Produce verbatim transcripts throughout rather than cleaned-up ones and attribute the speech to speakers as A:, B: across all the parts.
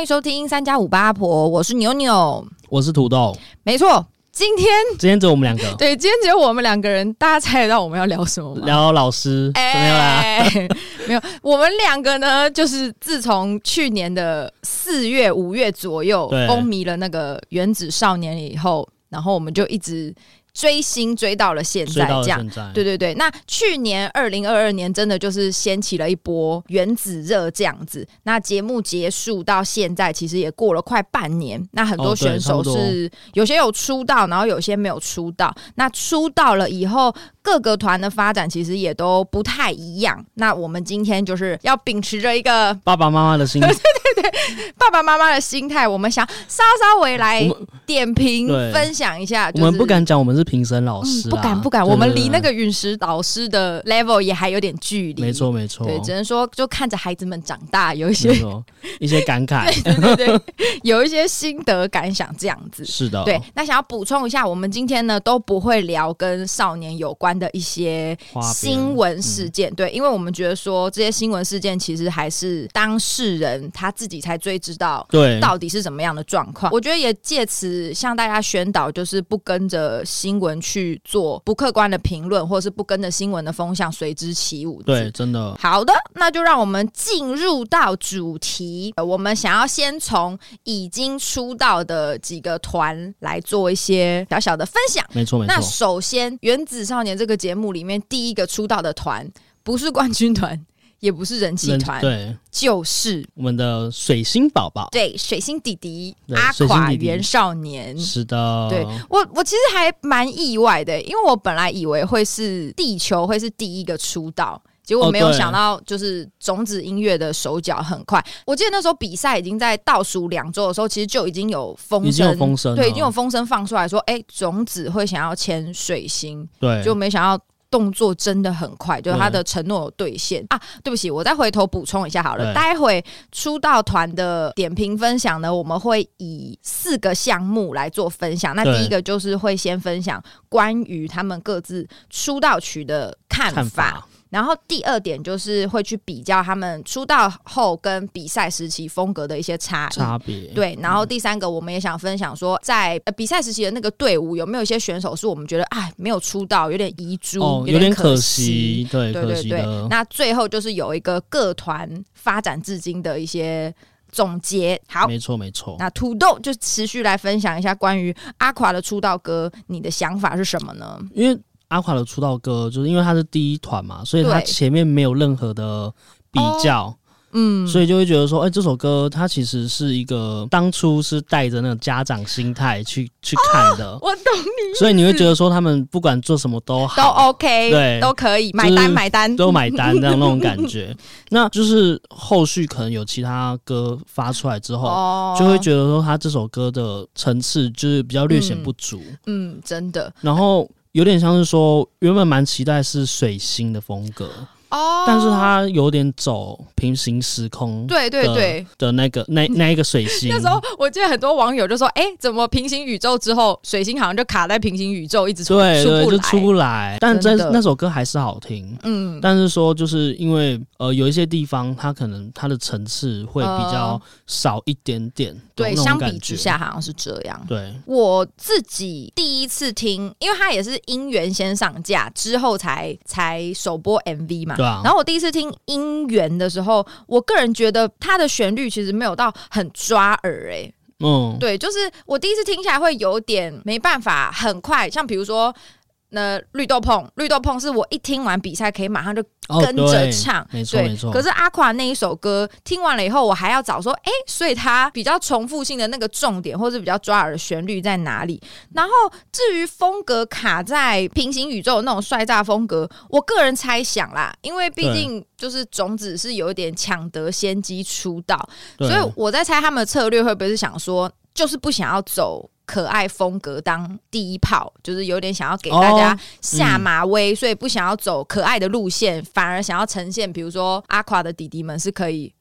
A: 迎收听三加五八婆，我是牛牛，
B: 我是土豆。
A: 没错，今天
B: 今天只有我们两个，
A: 对，今天只有我们两个人，大家猜得到我们要聊什么吗？
B: 聊老师，欸、没有啦，
A: 没有。我们两个呢，就是自从去年的四月、五月左右风靡了那个《原子少年》以后，然后我们就一直追星追到了现在，这样，对对对。那去年二零二二年真的就是掀起了一波原子热这样子。那节目结束到现在，其实也过了快半年。那很多选手是、哦、有些有出道，然后有些没有出道。那出道了以后，各个团的发展其实也都不太一样。那我们今天就是要秉持着一个
B: 爸爸妈妈的心态，
A: 对对对，爸爸妈妈的心态，我们想稍稍微来点评分享一下、就是。
B: 我们不敢讲我们是评审老师、
A: 嗯、不敢不敢，我们离那个陨石导师的 level 也还有点距离。
B: 没错没错，
A: 对，只能说就看着孩子们长大，有一些
B: 一些感慨，
A: 对对对对，有一些心得感想这样子。
B: 是的，
A: 对。那想要补充一下，我们今天呢都不会聊跟少年有关的一些新闻事件、嗯，对，因为我们觉得说这些新闻事件其实还是当事人他自己才最知道，对，到底是怎么样的状况。我觉得也借此向大家宣导，就是不跟着新闻去做不客观的评论，或是不跟着新闻的风向随之起舞。
B: 对，真的。
A: 好的，那就让我们进入到主题。我们想要先从已经出道的几个团来做一些小小的分享。
B: 没错没错。
A: 那首先，原子少年这个节目里面第一个出道的团，不是冠军团，也不是人气团，对，就是
B: 我们的水星宝宝，
A: 对，水星弟弟阿垮原少年。
B: 是的，
A: 对，我我其实还蛮意外的，因为我本来以为会是地球会是第一个出道，结果没有想到就是种子音乐的手脚很快。我记得那时候比赛已经在倒数两周的时候，其实就已经有风声，已经有风声，对，已经有风声放出来说，哎、欸，种子会想要签水星，对，就没想到动作真的很快，就是他的承诺有兑现啊！对不起，我再回头补充一下好了。待会出道团的点评分享呢，我们会以四个项目来做分享。那第一个就是会先分享关于他们各自出道曲的看法。看法然后第二点就是会去比较他们出道后跟比赛时期风格的一些差异
B: 差别，
A: 对。然后第三个我们也想分享说，在比赛时期的那个队伍有没有一些选手是我们觉得哎没有出道有点遗珠、哦、有点可惜，
B: 对对对对。
A: 那最后就是有一个各团发展至今的一些总结。好，
B: 没错没错。
A: 那土豆就持续来分享一下关于阿垮的出道歌，你的想法是什么呢？
B: 因为阿垮的出道歌就是因为他是第一团嘛，所以他前面没有任何的比较、哦、嗯，所以就会觉得说哎、欸，这首歌它其实是一个当初是带着那个家长心态去去看的、哦、
A: 我懂你，
B: 所以你会觉得说他们不管做什么都好，
A: 都 OK， 对，都可以买单、就是、买单
B: 都买单这样那种感觉那就是后续可能有其他歌发出来之后、哦、就会觉得说他这首歌的层次就是比较略显不足，
A: 嗯, 嗯，真的。然
B: 后有点像是说原本蛮期待是水星的风格哦，但是他有点走平行时空，对对对的那个那那一个水星。
A: 那时候我记得很多网友就说：“哎、欸，怎么平行宇宙之后，水星好像就卡在平行宇宙，一直出
B: 对对
A: 出不来，
B: 就出不来。”但真那首歌还是好听，嗯。但是说就是因为呃有一些地方它可能它的层次会比较少一点点，呃、
A: 对，相比之下好像是这样。
B: 对，
A: 我自己第一次听，因为它也是音源先上架之后才才首播 M V 嘛。然后我第一次听音源的时候，我个人觉得它的旋律其实没有到很抓耳哎、欸，嗯，对，就是我第一次听起来会有点没办法很快，像比如说那绿豆椪，绿豆椪是我一听完比赛可以马上就跟着唱，哦、
B: 没错没错。
A: 可是阿垮那一首歌听完了以后，我还要找说，哎、欸，所以它比较重复性的那个重点，或是比较抓耳的旋律在哪里？然后至于风格卡在平行宇宙的那种帅炸风格，我个人猜想啦，因为毕竟就是种子是有一点抢得先机出道，所以我在猜他们的策略会不会是想说，就是不想要走可爱风格当第一炮，就是有点想要给大家下马威、哦嗯、所以不想要走可爱的路线，反而想要呈现比如说阿垮的弟弟们是可以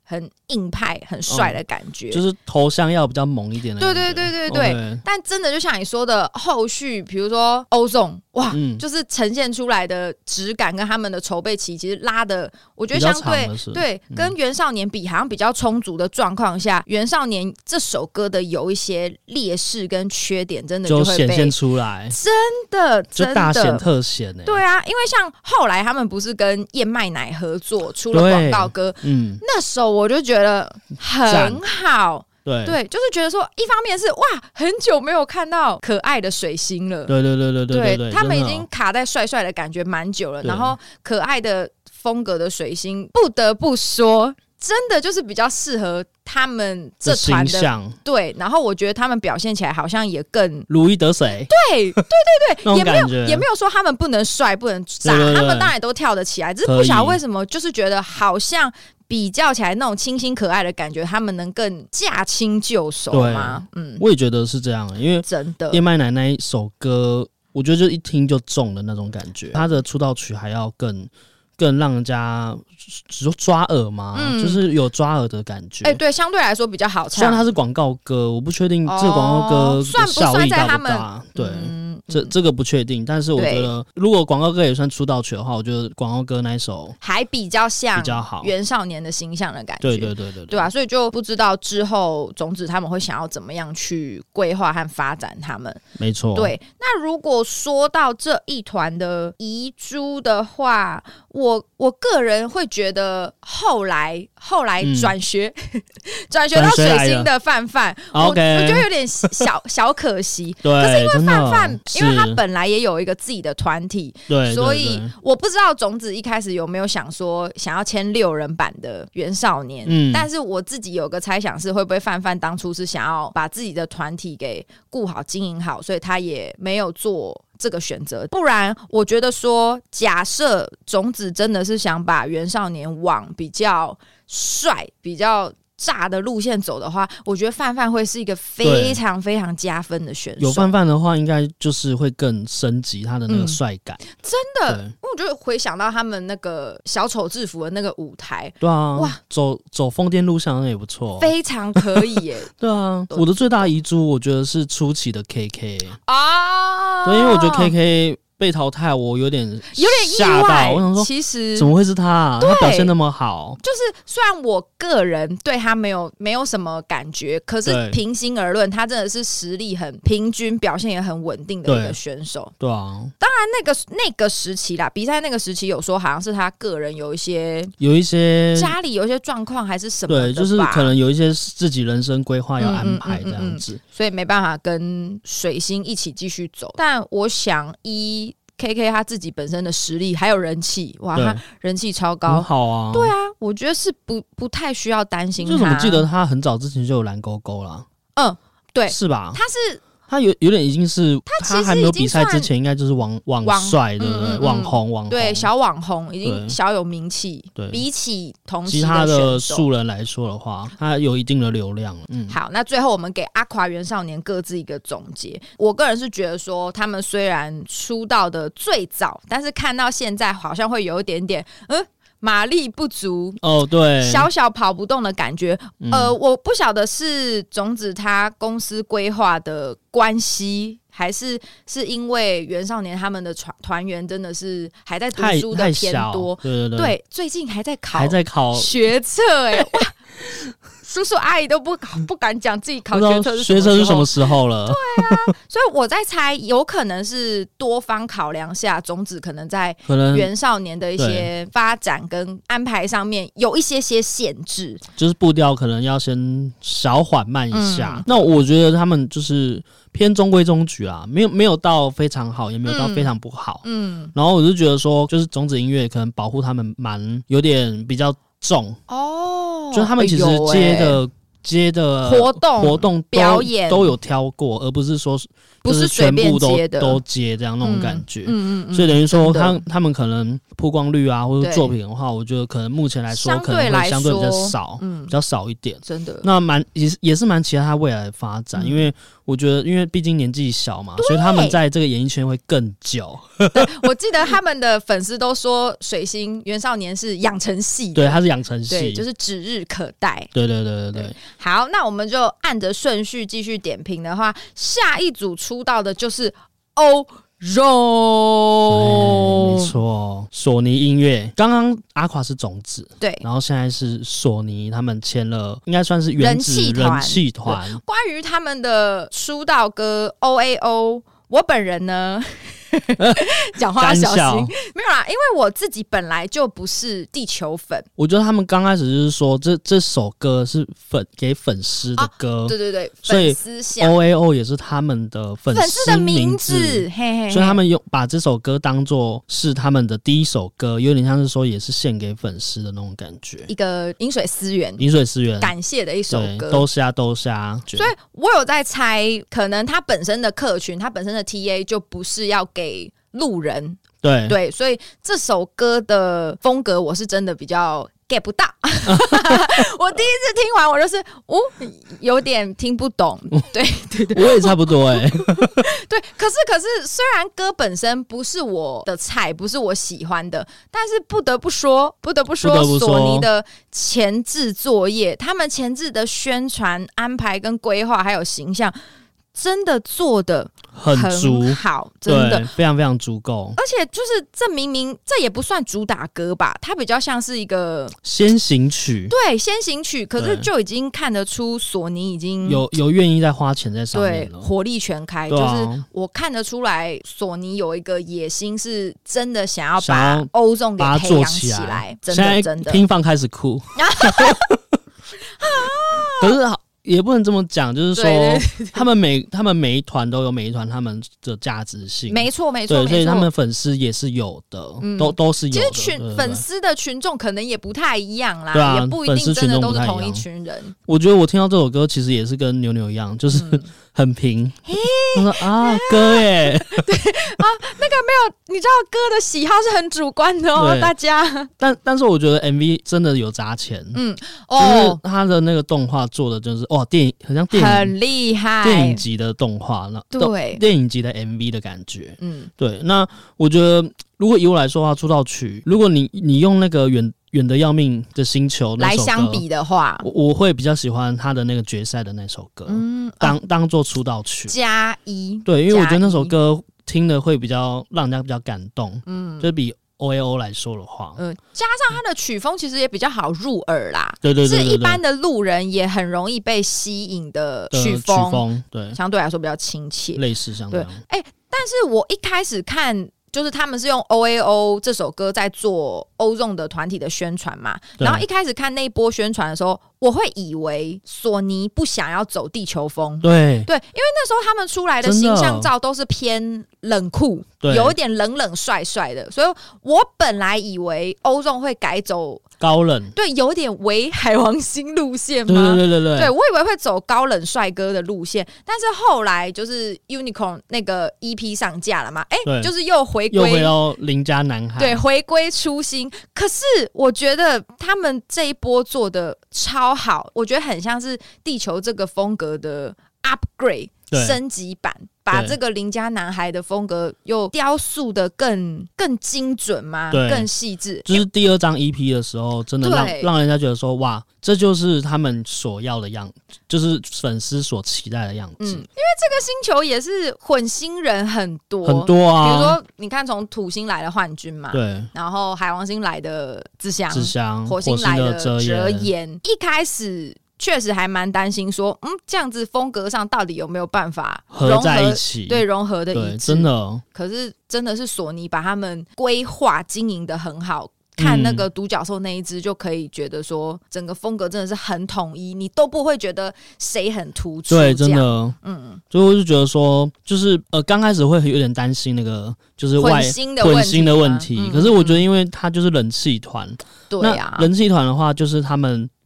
A: 很硬派、很帅的感觉、
B: 嗯，就是头像要比较猛一点的感觉。
A: 对对对对对。Okay. 但真的就像你说的，后续比如说欧纵，哇、嗯，就是呈现出来的质感跟他们的筹备期其实拉的，我觉得相对对、嗯、跟原少年比，好像比较充足的状况下，原少年这首歌的有一些劣势跟缺点，真的就会被
B: 显现出来，
A: 真的真的
B: 就大显特显、欸。
A: 对啊，因为像后来他们不是跟燕麦奶合作出了广告歌，嗯，那首我就觉得很好。
B: 对
A: 对，就是觉得说，一方面是哇，很久没有看到可爱的水星了，
B: 对对对对对 对, 对，
A: 他们已经卡在帅帅的感觉蛮久了，然后可爱的风格的水星，不得不说，真的就是比较适合他们这团的，对，然后我觉得他们表现起来好像也更
B: 如鱼得水，
A: 对对对对，也没有也没有说他们不能帅不能炸，他们当然都跳得起来，只是不晓得为什么，就是觉得好像。比较起来那种清新可爱的感觉，他们能更驾轻就熟吗？嗯，
B: 我也觉得是这样，因为
A: 真的
B: 燕麦奶那一首歌，我觉得就一听就中的那种感觉。他的出道曲还要更更让人家只说抓耳嘛、嗯，就是有抓耳的感觉。
A: 哎、欸，对，相对来说比较好唱。
B: 虽然它是广告歌，我不确定这个广告歌
A: 算不算在他们
B: 对。嗯这这个不确定，但是我觉得如果广告歌也算出道曲的话，我觉得广告歌那一首
A: 还比较像
B: 比较好
A: 原少年的形象的感觉。
B: 对对对 对,
A: 对啊，所以就不知道之后种子他们会想要怎么样去规划和发展他们。
B: 没错。
A: 对，那如果说到这一团的遗珠的话，我我个人会觉得后来后来转学转、嗯、学到水星的范范，我我觉得有点小小可惜。
B: 对，
A: 可是因为范范。因为他本来也有一个自己的团体，
B: 对，
A: 所以我不知道种子一开始有没有想说想要签六人版的原少年、嗯，但是我自己有个猜想是会不会范范当初是想要把自己的团体给顾好经营好，所以他也没有做这个选择。不然我觉得说，假设种子真的是想把原少年往比较帅比较炸的路线走的话，我觉得范范会是一个非常非常加分的选手。
B: 有范范的话，应该就是会更升级他的那个帅感、嗯。
A: 真的，因为我觉得回想到他们那个小丑制服的那个舞台，
B: 对啊，哇，走走疯癫路线也不错，
A: 非常可以耶。
B: 对啊，我的最大遗珠，我觉得是初期的 K K 啊，对，因为我觉得 K K。被淘汰，我有点有
A: 点意外。
B: 我想说，
A: 其实
B: 怎么会是他、啊？他表现那么好，
A: 就是虽然我个人对他没有没有什么感觉，可是平心而论，他真的是实力很平均，表现也很稳定的一个选手。
B: 对啊，
A: 当然那个那个时期啦，比赛那个时期有说好像是他个人有一些
B: 有一些
A: 家里有一些状况还是什么的吧，
B: 对，就是可能有一些自己人生规划要安排这样子、嗯嗯嗯嗯，
A: 所以没办法跟水星一起继续走。但我想一。K K 他自己本身的实力还有人气，哇，他人气超高，
B: 很好啊。
A: 对啊，我觉得是不不太需要担心他。
B: 就是我记得他很早之前就有蓝勾勾啦，
A: 嗯，对，
B: 是吧？
A: 他是。
B: 他有有点已经是，
A: 他
B: 还没有比赛之前，应该就是网网帅，对不对？网红，网红，
A: 对，小网红，已经小有名气。对，比起同期
B: 其他的素人来说的话，他有一定的流量了。
A: 嗯，好，那最后我们给阿垮原少年各自一个总结。我个人是觉得说，他们虽然出道的最早，但是看到现在好像会有一点点，嗯。马力不足
B: 哦，对，
A: 小小跑不动的感觉。嗯、呃，我不晓得是种子他公司规划的关系，还是是因为原少年他们的团团员真的是还在读书的偏多，
B: 对对对，
A: 对，最近还在考，
B: 还在考
A: 学测、欸，哎，哇！叔叔阿姨都不不敢讲自己考学测是
B: 学测是什么时候了。
A: 对啊，所以我在猜，有可能是多方考量下，种子可能在原少年的一些发展跟安排上面有一些些限制，
B: 就是步调可能要先小缓慢一下。嗯、那我觉得他们就是偏中规中矩啦，没有没有到非常好，也没有到非常不好。嗯，然后我就觉得说，就是种子音乐可能保护他们蛮有点比较重哦，就他们其实接的、欸、接的
A: 活动
B: 活动
A: 表演
B: 都有挑过，而不是说
A: 不是
B: 全部都
A: 接的
B: 都接这样那种感觉。
A: 嗯嗯嗯，
B: 所以等于说他他们可能曝光率啊，或者作品的话，我觉得可能目前来说可能会相对比较少，嗯，比较少一点。
A: 真的，
B: 那蛮也是也是蛮期待他未来的发展，嗯、因为我觉得因为毕竟年纪小嘛，所以他们在这个演艺圈会更久。
A: 对，我记得他们的粉丝都说水星原少年是养成系的，
B: 对，他是养成系，
A: 对，就是指日可待。
B: 对对对对 对, 对。
A: 好，那我们就按着顺序继续点评的话，下一组出道的就是欧肉，
B: 没错，索尼音乐。刚刚阿垮是种子，
A: 对，
B: 然后现在是索尼，他们签了，应该算是原子人气团。
A: 关于他们的出道歌 O A O， 我本人呢。讲话小心，没有啦，因为我自己本来就不是地球粉。
B: 我觉得他们刚开始就是说，这这首歌是粉给粉丝的歌，
A: 啊、对对对，
B: 所以
A: 粉丝想
B: O A O 也是他们的粉丝的名字，
A: 嘿嘿嘿，
B: 所以他们用把这首歌当作是他们的第一首歌，有点像是说也是献给粉丝的那种感觉，
A: 一个饮水思源，
B: 饮水思源，
A: 感谢的一首歌，
B: 都虾都虾。
A: 所以我有在猜，可能他本身的客群，他本身的 T A 就不是要给路人，
B: 对
A: 对，所以这首歌的风格我是真的比较 get 不到。我第一次听完，我就是哦，有点听不懂。对对对，
B: 我也差不多哎、欸。
A: 对，可是可是，虽然歌本身不是我的菜，不是我喜欢的，但是不得不说，不得不说，
B: 不不说
A: 索尼的前置作业，他们前置的宣传安排跟规划，还有形象。真的做的
B: 很足
A: 很好，真的
B: 非常非常足够，
A: 而且就是这明明这也不算主打歌吧，它比较像是一个
B: 先行曲，
A: 对，先行曲，可是就已经看得出索尼已经
B: 有有愿意在花钱在上面了，
A: 对，火力全开、啊，就是我看得出来索尼有一个野心，是真的想要把欧纵给培养起来，来真的真的
B: 听放开始哭，可是好。也不能这么讲，就是说，对对对他们每他们每一团都有每一团他们的价值性，
A: 没错没错，
B: 对，所以他们粉丝也是有的，嗯、都都是有的。
A: 其实群对对对粉丝的群众可能也不太一样啦，啊、也不一定真的都是同一群人。
B: 我觉得我听到这首歌，其实也是跟牛牛一样，就是、嗯、很平。他说啊，歌耶，
A: 对啊，那个没有，你知道歌的喜好是很主观的哦，大家。
B: 但但是我觉得 M V 真的有砸钱，嗯，哦，就是他的那个动画做的就是。哇，电影很像电影，
A: 很厉害，
B: 电影级的动画，
A: 对，
B: 电影级的 M V 的感觉，嗯，对。那我觉得，如果以我来说的话，出道曲，如果你你用那个远远的要命的星球那首歌
A: 来相比的话，
B: 我, 我会比较喜欢他的那个决赛的那首歌，嗯，当、啊、当做出道曲
A: 加一，
B: 对，因为我觉得那首歌听的会比较让人家比较感动，嗯，就是比。O A O 来说的话，
A: 嗯、呃，加上它的曲风其实也比较好入耳啦，
B: 对对 对, 对, 对，
A: 是一般的路人也很容易被吸引的曲风，
B: 曲风对，
A: 相对来说比较亲切，
B: 类似像这样。
A: 哎、欸，但是我一开始看。就是他们是用 O A O 这首歌在做欧纵的团体的宣传嘛，然后一开始看那一波宣传的时候，我会以为索尼不想要走地球风，
B: 对
A: 对，因为那时候他们出来的形象照都是偏冷酷，有一点冷冷帅帅的，所以我本来以为欧纵会改走
B: 高冷，
A: 对，有点为海王星路线嘛，
B: 对对对对
A: 对，我以为会走高冷帅哥的路线，但是后来就是 Unicorn 那个 E P 上架了嘛，哎、欸，就是又回归
B: 又回到邻家男孩，
A: 对，回归初心。可是我觉得他们这一波做的超好，我觉得很像是地球这个风格的 upgrade 升级版。把这个邻家男孩的风格又雕塑的更更精准嘛，更细致。
B: 就是第二张 E P 的时候，真的让让人家觉得说，哇，这就是他们所要的样子，就是粉丝所期待的样子。嗯，因为这
A: 个星球也是混星人很多
B: 很多啊，
A: 比如说你看，从土星来的幻君嘛，
B: 对，
A: 然后海王星来的志祥，
B: 志祥，
A: 火星来的
B: 哲
A: 言，一开始。确实还蛮担心说，嗯，这样子风格上到底有没有办法融合
B: 合在一起？
A: 对，融合的一致，
B: 真的。
A: 可是真的是索尼把他们规划经营的很好。看那个独角兽那一只就可以觉得说，整个风格真的是很统一，你都不会觉得谁很突出。
B: 对，真的，嗯，所以我就觉得说，就是呃，刚开始会有点担心那个就是外
A: 混星的
B: 混星的问题，
A: 嗯、
B: 可是我觉得因为它就是人气团，
A: 对啊，
B: 人气团的话，就是他们。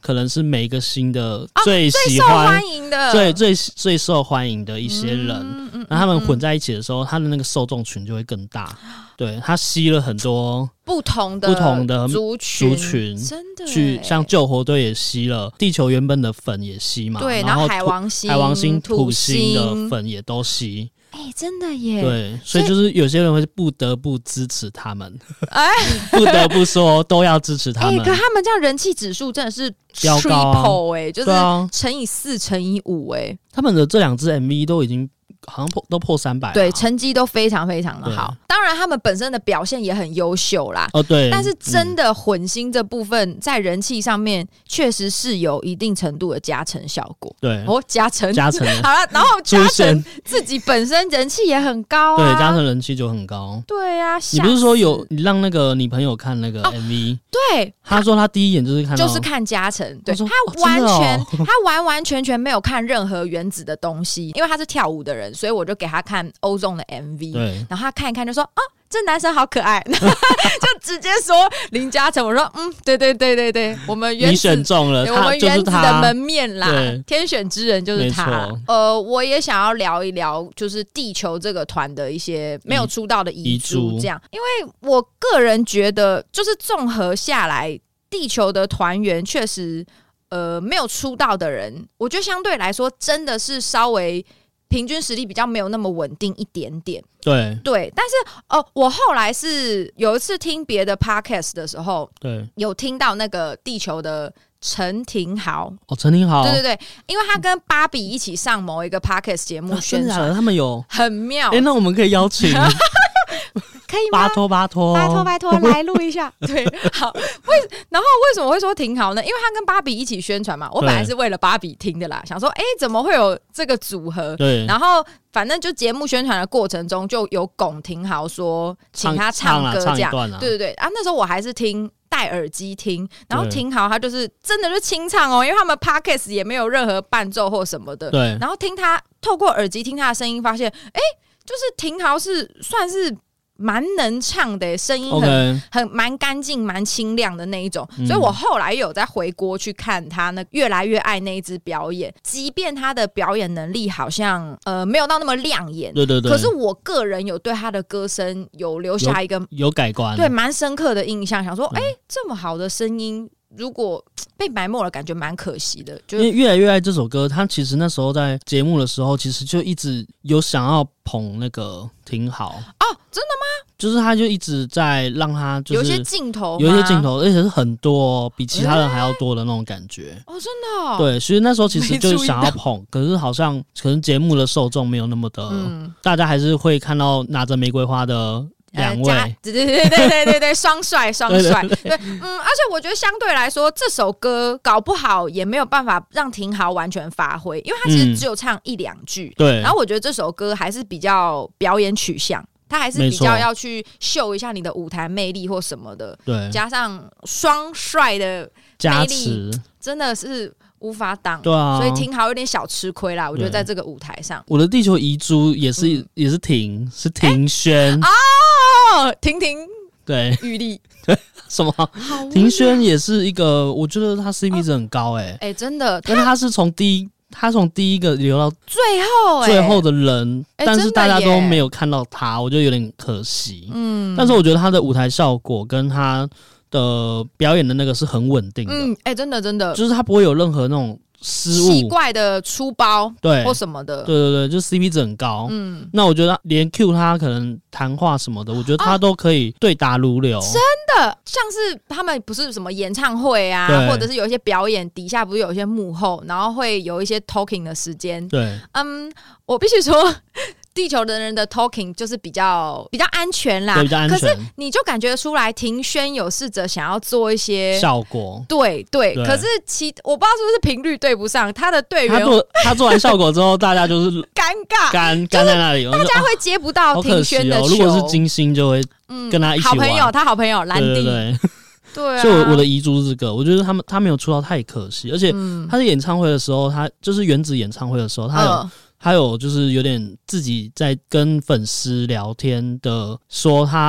B: 可能是每一个新的最喜欢、
A: 哦、最受欢迎的、
B: 最最最受欢迎的一些人，那、嗯嗯、他们混在一起的时候，他的那个受众群就会更大。对，他吸了很多
A: 不同的
B: 不同的
A: 族群，
B: 族群
A: 真的
B: 去，像救火队也吸了，地球原本的粉也吸嘛，
A: 对，
B: 然后
A: 海王星、
B: 海王星、土星的粉也都吸。
A: 哎、欸，真的耶！
B: 对，所以就是有些人会不得不支持他们，哎，不得不说都要支持他们。
A: 哎、欸，可他们这样人气指数真的是
B: 飙高
A: 哎、欸，就是乘以四、乘以五哎。
B: 他们的这两支 M V 都已经好像破都破三百，
A: 对，成绩都非常非常的好。当然，他们本身的表现也很优秀啦。
B: 哦，对。
A: 但是真的混星这部分、嗯、在人气上面确实是有一定程度的加成效果。
B: 对，
A: 哦，加成，
B: 加成。
A: 好了，然后加成自己本身人气也很高啊。
B: 对，加成人气就很高。
A: 对啊，
B: 你不是说有你让那个你朋友看那个 M V？、哦、
A: 对，
B: 他说他第一眼就是看到，
A: 就是看加成。对，他
B: 完
A: 全、
B: 哦
A: 哦、他完完全全没有看任何原子的东西，因为他是跳舞的人，所以我就给他看Ozone的 M V，
B: 对，
A: 然后他看一看就说啊，这男生好可爱，就直接说林嘉诚。我说嗯，对对对对对，我们原子
B: 你选中了，
A: 我们原子的门面啦，
B: 就是
A: 天选之人就是他。呃，我也想要聊一聊，就是地球这个团的一些没有出道的遗珠，这样，因为我个人觉得，就是综合下来，地球的团员确实，呃，没有出道的人，我觉得相对来说真的是稍微。平均实力比较没有那么稳定一点点，
B: 对
A: 对，但是呃，我后来是有一次听别的 podcast 的时候，
B: 对，
A: 有听到那个地球的陈廷豪，
B: 哦，陈廷豪，
A: 对对对，因为他跟芭比一起上某一个 podcast 节目宣传、
B: 啊，他们有
A: 很妙，
B: 哎、欸，那我们可以邀请。
A: 可以吗？
B: 拜托拜托
A: 拜托拜托来录一下。对，好，为然后为什么会说挺好呢？因为他跟芭比一起宣传嘛，我本来是为了芭比听的啦，想说哎、欸，怎么会有这个组合？
B: 对，
A: 然后反正就节目宣传的过程中，就有龚廷豪说请他唱歌这样，
B: 唱唱啊、
A: 对对对啊，那时候我还是听。戴耳机听，然后廷豪他就是真的就清唱哦，因为他们 podcast 也没有任何伴奏或什么的，
B: 对。
A: 然后听他透过耳机听他的声音，发现哎，就是廷豪是算是蛮能唱的，声音很、okay. 很蛮干净、蛮清亮的那一种、嗯。所以我后来有再回锅去看他那越来越爱那一支表演，即便他的表演能力好像呃没有到那么亮眼，
B: 对对对。
A: 可是我个人有对他的歌声有留下一个
B: 有, 有改观，
A: 对蛮深刻的印象，想说哎、欸，这么好的声音。如果被埋没了，感觉蛮可惜的。就
B: 因为越来越爱这首歌，他其实那时候在节目的时候，其实就一直有想要捧那个廷豪
A: 哦，真的吗？
B: 就是他就一直在让他就是
A: 有一些镜头，
B: 有一些镜头，而且是很多，比其他人还要多的那种感觉。
A: 欸、哦，真的、哦。
B: 对，其实那时候其实就是想要捧，可是好像可能节目的受众没有那么的，嗯、大家还是会看到拿着玫瑰花的。两位，
A: 呃、对对对对对对对，双帅双帅，对，嗯，而且我觉得相对来说，这首歌搞不好也没有办法让廷豪完全发挥，因为他其实只有唱一两句，
B: 对、嗯。
A: 然后我觉得这首歌还是比较表演取向，他还是比较要去秀一下你的舞台魅力或什么的，
B: 对，
A: 加上双帅的
B: 加持，
A: 真的是。无法挡，
B: 对啊，
A: 所以廷豪有点小吃亏啦。我觉得在这个舞台上，
B: 我的地球遗珠也是、嗯、也是廷，是廷轩、
A: 欸、哦，廷廷
B: 对
A: 玉立
B: 对什么？廷轩也是一个，我觉得他 C P 值很高哎、欸，
A: 哎、哦欸，真的，
B: 但是他是从第一，他从第一个留到
A: 最后、欸，
B: 最后的人，
A: 欸、
B: 但是大家都没有看到他，我觉得有点可惜。嗯，但是我觉得他的舞台效果跟他的表演的那个是很稳定的，
A: 嗯，哎、欸，真的真的，
B: 就是他不会有任何那种失误、
A: 奇怪的出包，
B: 对
A: 或什么的，
B: 对对对，就 C P 值很高。嗯，那我觉得连 Q 他可能谈话什么的，我觉得他都可以对答如流。
A: 真的，像是他们不是什么演唱会啊，或者是有一些表演底下不是有一些幕后，然后会有一些 talking 的时间。
B: 对，
A: 嗯，我必须说。地球的人的 talking 就是比较比较安全啦，
B: 比较安全。
A: 可是你就感觉出来，廷轩有试着想要做一些
B: 效果，
A: 对 对, 对。可是其我不知道是不是频率对不上，他的队员
B: 他做他做完效果之后，大家就是
A: 尴尬，
B: 干干在那里，
A: 大家会接不到廷轩的球、
B: 哦。如果是金星，就会跟他一起玩、
A: 嗯、好朋友，他好朋友兰迪，
B: 对对对。
A: 对啊，
B: 所以我的遗珠是这个，我觉得他们他没有出道太可惜，而且他在演唱会的时候，他就是原子演唱会的时候，他有。嗯还有就是有点自己在跟粉丝聊天的，说他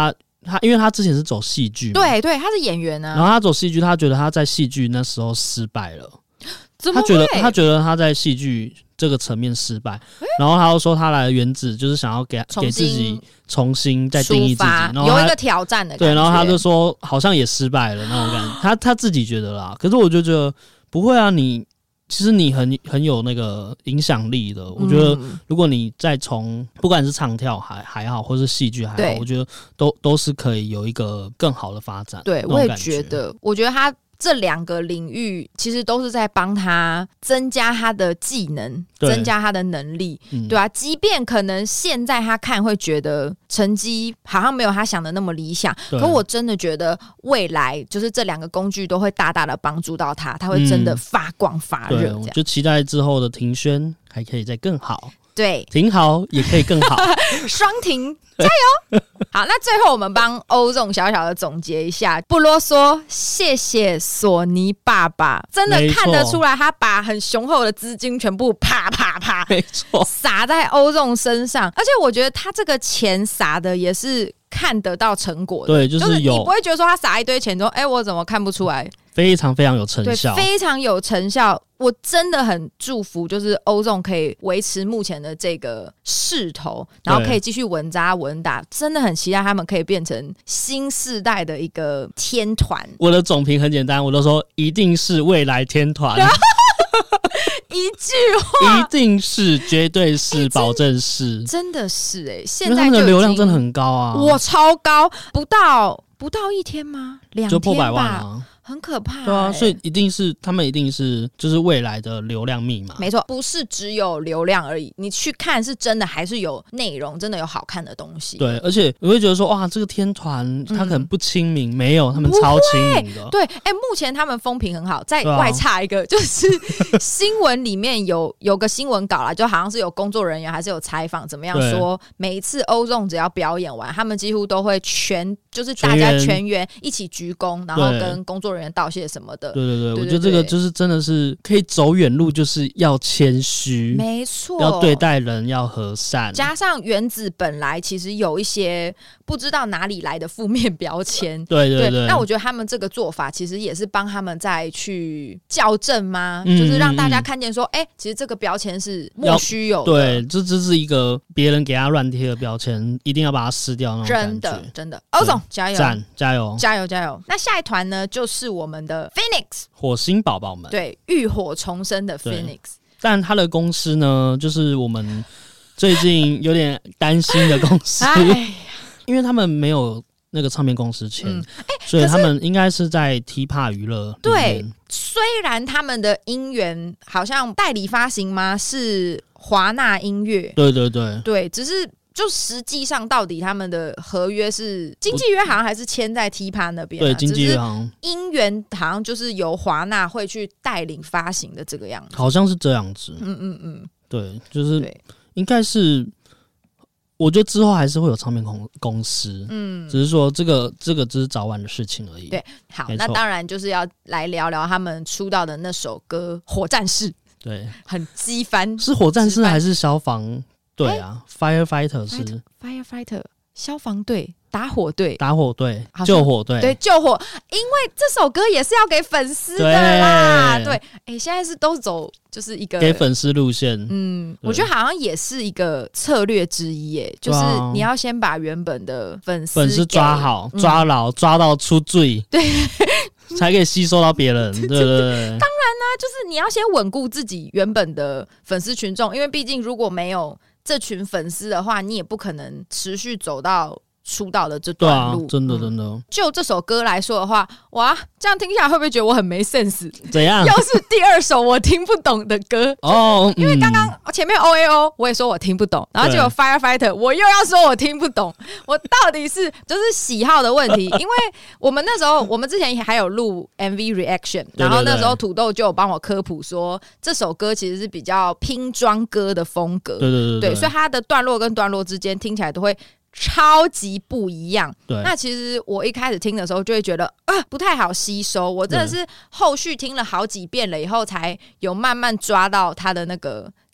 B: 他，因为他之前是走戏剧，
A: 对对，他是演员啊。
B: 然后他走戏剧，他觉得他在戏剧那时候失败了，
A: 怎么会？
B: 他觉得他觉得他在戏剧这个层面失败，然后他又说他来的原子就是想要给给自己重新再定义自己，然后
A: 有一个挑战的感觉。
B: 对，然后他就说好像也失败了那种感觉，他他自己觉得啦。可是我就觉得不会啊，你其实你很很有那个影响力的。我觉得如果你再从不管是唱跳还还好，或是戏剧还好，我觉得都都是可以有一个更好的发展。
A: 对，我也觉得，我觉得他。这两个领域其实都是在帮他增加他的技能，增加他的能力，嗯、对啊，即便可能现在他看会觉得成绩好像没有他想的那么理想，可我真的觉得未来就是这两个工具都会大大的帮助到他，他会真的发光发热。
B: 嗯、就期待之后的庭轩还可以再更好。
A: 对，
B: 挺好也可以更好，
A: 双停加油！好，那最后我们帮欧总小小的总结一下，不啰嗦，谢谢索尼爸爸，真的看得出来，他把很雄厚的资金全部啪啪啪，
B: 没错，
A: 撒在欧总身上，而且我觉得他这个钱撒的也是看得到成果的，
B: 对，就是有，就是
A: 你不会觉得说他撒一堆钱之后，哎、欸，我怎么看不出来？
B: 非常非常有成效，
A: 对，非常有成效。我真的很祝福，就是欧总可以维持目前的这个势头，然后可以继续稳扎稳打。真的很期待他们可以变成新世代的一个天团。
B: 我的总评很简单，我都说一定是未来天团。
A: 一句话，
B: 一定是，绝对是，欸、保证是，
A: 真的是哎、欸！现在就
B: 他们的流量真的很高啊，
A: 我超高，不到不到一天吗？两天吧，
B: 就破百万啊。
A: 很可怕、欸，
B: 对啊，所以一定是他们一定是就是未来的流量密码，
A: 没错，不是只有流量而已，你去看是真的还是有内容，真的有好看的东西。
B: 对，而且我会觉得说哇，这个天团他可能不亲民、嗯，没有，他们超亲民的。
A: 对，哎、欸，目前他们风评很好。再外插一个，啊、就是新闻里面有有个新闻稿啦，就好像是有工作人员还是有采访，怎么样说，每一次欧纵只要表演完，他们几乎都会全就是大家全员一起鞠躬，然后跟工作人员。人道谢什么的，
B: 对对 对, 对, 对, 对，我觉得这个就是真的是可以走远路，就是要谦虚，
A: 没错，
B: 要对待人要和善。
A: 加上原子本来其实有一些不知道哪里来的负面标签，
B: 对对 对, 对。
A: 那我觉得他们这个做法其实也是帮他们再去校正吗？嗯、就是让大家看见说，哎、欸，其实这个标签是莫须有的。
B: 对，这这是一个别人给他乱贴的标签，一定要把它撕掉那种感觉。
A: 真的真的，欧总加油，
B: 赞加油
A: 加油加油！那下一团呢，就是我们的 Phoenix
B: 火星宝宝们，
A: 对，浴火重生的 Phoenix。
B: 但他的公司呢，就是我们最近有点担心的公司，因为他们没有那个唱片公司签、嗯欸，所以他们应该是在 T-Pop 娱乐。
A: 对，虽然他们的音源好像代理发行吗？是华纳音乐，
B: 对对对，
A: 对，只是。就实际上，到底他们的合约是经纪约好像还是签在 T-Pop 那边、啊？
B: 对，经纪约行
A: 音源好像就是由华纳会去带领发行的这个样子，
B: 好像是这样子。
A: 嗯嗯嗯，
B: 对，就是应该是，我觉得之后还是会有唱片公公司，嗯，只是说这个这个只是早晚的事情而已。
A: 对，好，那当然就是要来聊聊他们出道的那首歌《火战士》，
B: 对，
A: 很激翻，
B: 是火战士还是消防？对啊 ，Firefighter 是
A: Firefighter 消防队、打火队、
B: 打火队、救火队，
A: 对救火，因为这首歌也是要给粉丝的啦。对，哎、欸，现在是都走就是一个
B: 给粉丝路线，
A: 嗯，我觉得好像也是一个策略之一，耶，就是你要先把原本的粉丝
B: 粉丝抓好、嗯、抓牢、抓到出罪，
A: 对。
B: 才可以吸收到别人，对对对。当
A: 然啦、啊，就是你要先稳固自己原本的粉丝群众，因为毕竟如果没有这群粉丝的话，你也不可能持续走到出道的这段路。
B: 对啊，真的真的、嗯。
A: 就这首歌来说的话，哇，这样听起来会不会觉得我很没 sense？
B: 怎样？
A: 又是第二首我听不懂的歌哦，因为刚刚前面 O A O 我也说我听不懂，然后结果 Firefighter 我又要说我听不懂，我到底是就是喜好的问题。因为我们那时候我们之前还有录 M V reaction， 然后那时候土豆就有帮我科普说这首歌其实是比较拼装歌的风格，
B: 对对 对, 对,
A: 对，所以它的段落跟段落之间听起来都会超级不一样。对，那其实我一开始听的时候就会觉得啊不太好吸收，我真的是后续听了好几遍了以后才有慢慢抓到它的那个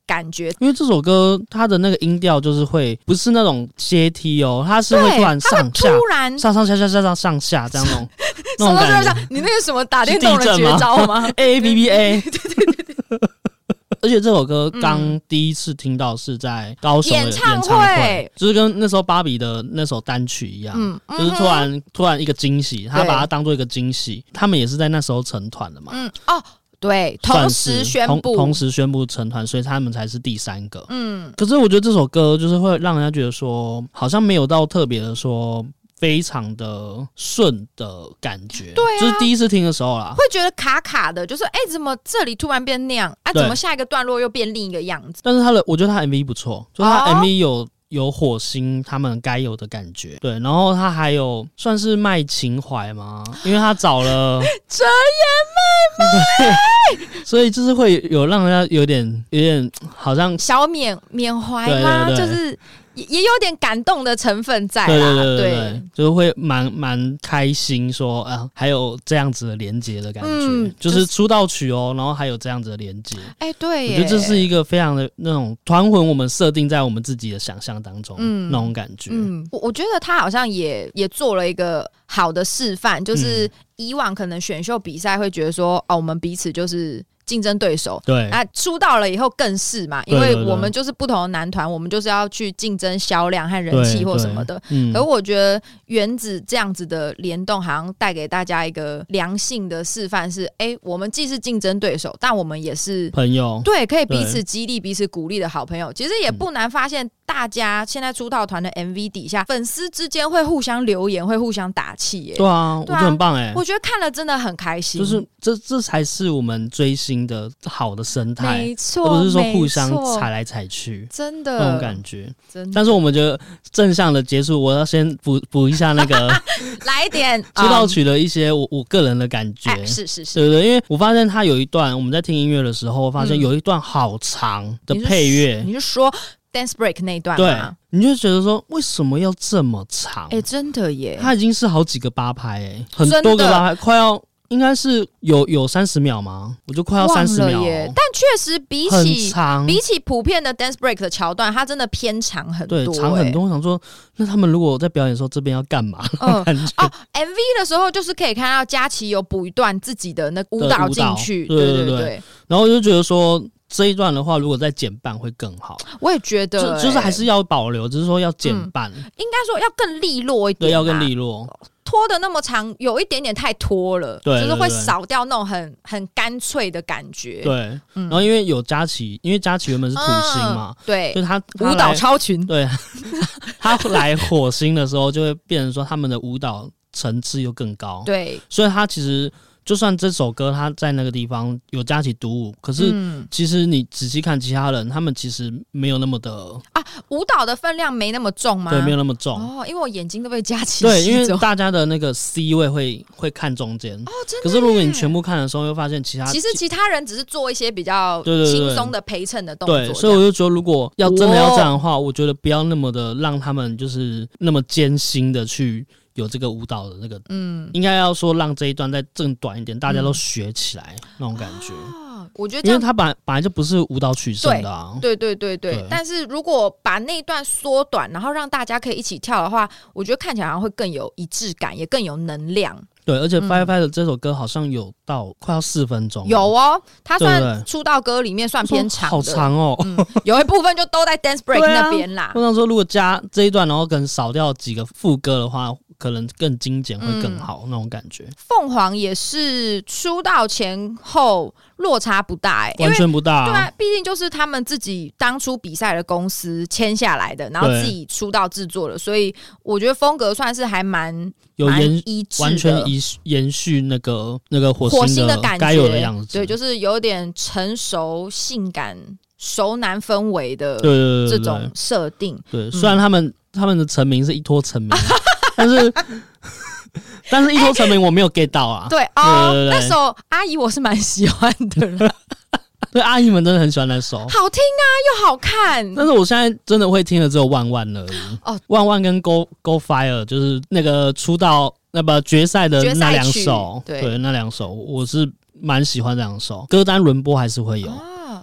A: 感觉。
B: 因为这首歌它的那个音调就是会不是那种阶梯哦，它是会突然上下
A: 突然
B: 上上下下下上上下这样那种那种感觉。
A: 你那个什么打电动的绝招吗
B: ？A B B A 对对对对。而且这首歌刚第一次听到是在高雄的演唱 会, 演唱会就是跟那时候芭比的那首单曲一样，嗯、就是突然、嗯、突然一个惊喜，他把它当做一个惊喜。他们也是在那时候成团的嘛，嗯
A: 哦。对，同时宣布
B: 同，同时宣布成团，所以他们才是第三个。嗯，可是我觉得这首歌就是会让人家觉得说，好像没有到特别的说非常的顺的感觉。
A: 对啊，
B: 就是第一次听的时候啦，
A: 会觉得卡卡的，就是哎、欸，怎么这里突然变那样啊？怎么下一个段落又变另一个样子？
B: 但是他的，我觉得他 M V 不错，就是他 M V 有。哦有火星他们该有的感觉，对，然后他还有算是卖情怀吗？因为他找了
A: 哲言妹妹，
B: 所以就是会有让人家有点有点好像
A: 小缅缅怀吗？对对对，就是也也有点感动的成分在啦，
B: 对对对 对, 对, 对，就是会蛮蛮开心说啊，还有这样子的连结的感觉，嗯、就是出道曲哦，然后还有这样子的连结，
A: 哎、欸，对耶，
B: 我觉得这是一个非常的那种团魂，我们设定在我们自己的想象当中，嗯、那种感觉。
A: 嗯，我我觉得他好像也也做了一个好的示范，就是以往可能选秀比赛会觉得说，哦，我们彼此就是竞争对手，
B: 对，
A: 那出道了以后更是嘛，因为我们就是不同的男团，我们就是要去竞争销量和人气或什么的。嗯，可是我觉得原子这样子的联动，好像带给大家一个良性的示范是，哎、欸，我们既是竞争对手，但我们也是
B: 朋友，
A: 对，可以彼此激励、彼此鼓励的好朋友。其实也不难发现，大家现在出道团的 M V 底下，粉丝之间会互相留言，会互相打气耶。
B: 对啊，我觉得很棒哎，
A: 我觉得看了真的很开心。
B: 就是这这才是我们追星的好的生态，
A: 没错，
B: 而不是说互相踩来踩去，
A: 真的
B: 那种感觉。真的，但是我们觉得正向的结束，我要先补补一下那个
A: 来一点
B: 出道曲的一些我我个人的感觉，
A: 哎、是是是，
B: 对对，因为我发现他有一段我们在听音乐的时候，我发现有一段好长的配乐，
A: 嗯、你是说 Dance Break 那一段吗？
B: 对，你就觉得说为什么要这么长？
A: 哎、欸，真的耶，
B: 它已经是好几个八拍，哎，很多个八拍，快要。应该是有有三十秒吗？我就快要三十秒、哦、
A: 耶！但确实比起比起普遍的 dance break 的桥段，它真的偏长很多，
B: 对，长很多。我想说，那他们如果在表演的时候，这边要干嘛？嗯，感觉
A: 哦 ，M V 的时候就是可以看到佳琪有补一段自己的那舞蹈进去，
B: 对 对, 对对对。然后我就觉得说。这一段的话，如果再减半会更好。
A: 我也觉得、欸就，
B: 就是还是要保留，只是说要减半、嗯，
A: 应该说要更利落一点、啊，
B: 对，要更利落。
A: 拖的那么长，有一点点太拖了，
B: 对，
A: 就是会少掉那种很很干脆的感觉。
B: 对，嗯、然后因为有佳琪，因为佳琪原本是土星嘛，
A: 嗯、对，
B: 就他
A: 舞蹈超群，
B: 对，他来火星的时候，就会变成说他们的舞蹈层次又更高，
A: 对，
B: 所以他其实。就算这首歌他在那个地方有佳琪独舞，可是其实你仔细看其他人，他们其实没有那么的
A: 啊，舞蹈的分量没那么重吗？
B: 对，没有那么重
A: 哦，因为我眼睛都被佳琪
B: 对，因为大家的那个 C 位会会看中间
A: 哦，真的。
B: 可是如果你全部看的时候，又发现其他
A: 其实其他人只是做一些比较轻松的陪衬的动作，
B: 对，所以我就觉得如果要真的要这样的话，我觉得不要那么的让他们就是那么艰辛的去。有这个舞蹈的那个，嗯，应该要说让这一段再更短一点，大家都学起来、嗯、那种感觉。
A: 啊、我觉得，
B: 因为它本来本来就不是舞蹈取胜的啊。
A: 对对对对 对, 对。但是如果把那一段缩短，然后让大家可以一起跳的话，我觉得看起来好像会更有一致感，也更有能量。
B: 对，而且 Firefly 的这首歌好像有到快要四分钟、嗯，
A: 有哦，它算出道歌里面算偏长的，
B: 好长哦、
A: 嗯。有一部分就都在 Dance Break 那边啦。
B: 我想说，如果加这一段，然后可能少掉几个副歌的话。可能更精简会更好、嗯、那种感觉。
A: 凤凰也是出道前后落差不大、欸，
B: 完全不大、啊。
A: 对啊，毕竟就是他们自己当初比赛的公司签下来的，然后自己出道制作了，所以我觉得风格算是还蛮
B: 有延
A: 一致的，
B: 完全延续那个那个火星的该有的样子。
A: 对，就是有点成熟、性感、熟男氛围的这种设定。
B: 对，虽然他们、嗯、他们的成名是一拖成名。但是，但是一拖成名我没有 get 到啊。
A: 对哦，对对对，那首阿姨我是蛮喜欢的啦。
B: 对，阿姨们真的很喜欢那首，
A: 好听啊，又好看。
B: 但是我现在真的会听的只有万万而已。哦，万万跟 Go Go Fire 就是那个出道那个决赛的那两首，对, 对那两首我是蛮喜欢这两首，歌单轮播还是会有。哦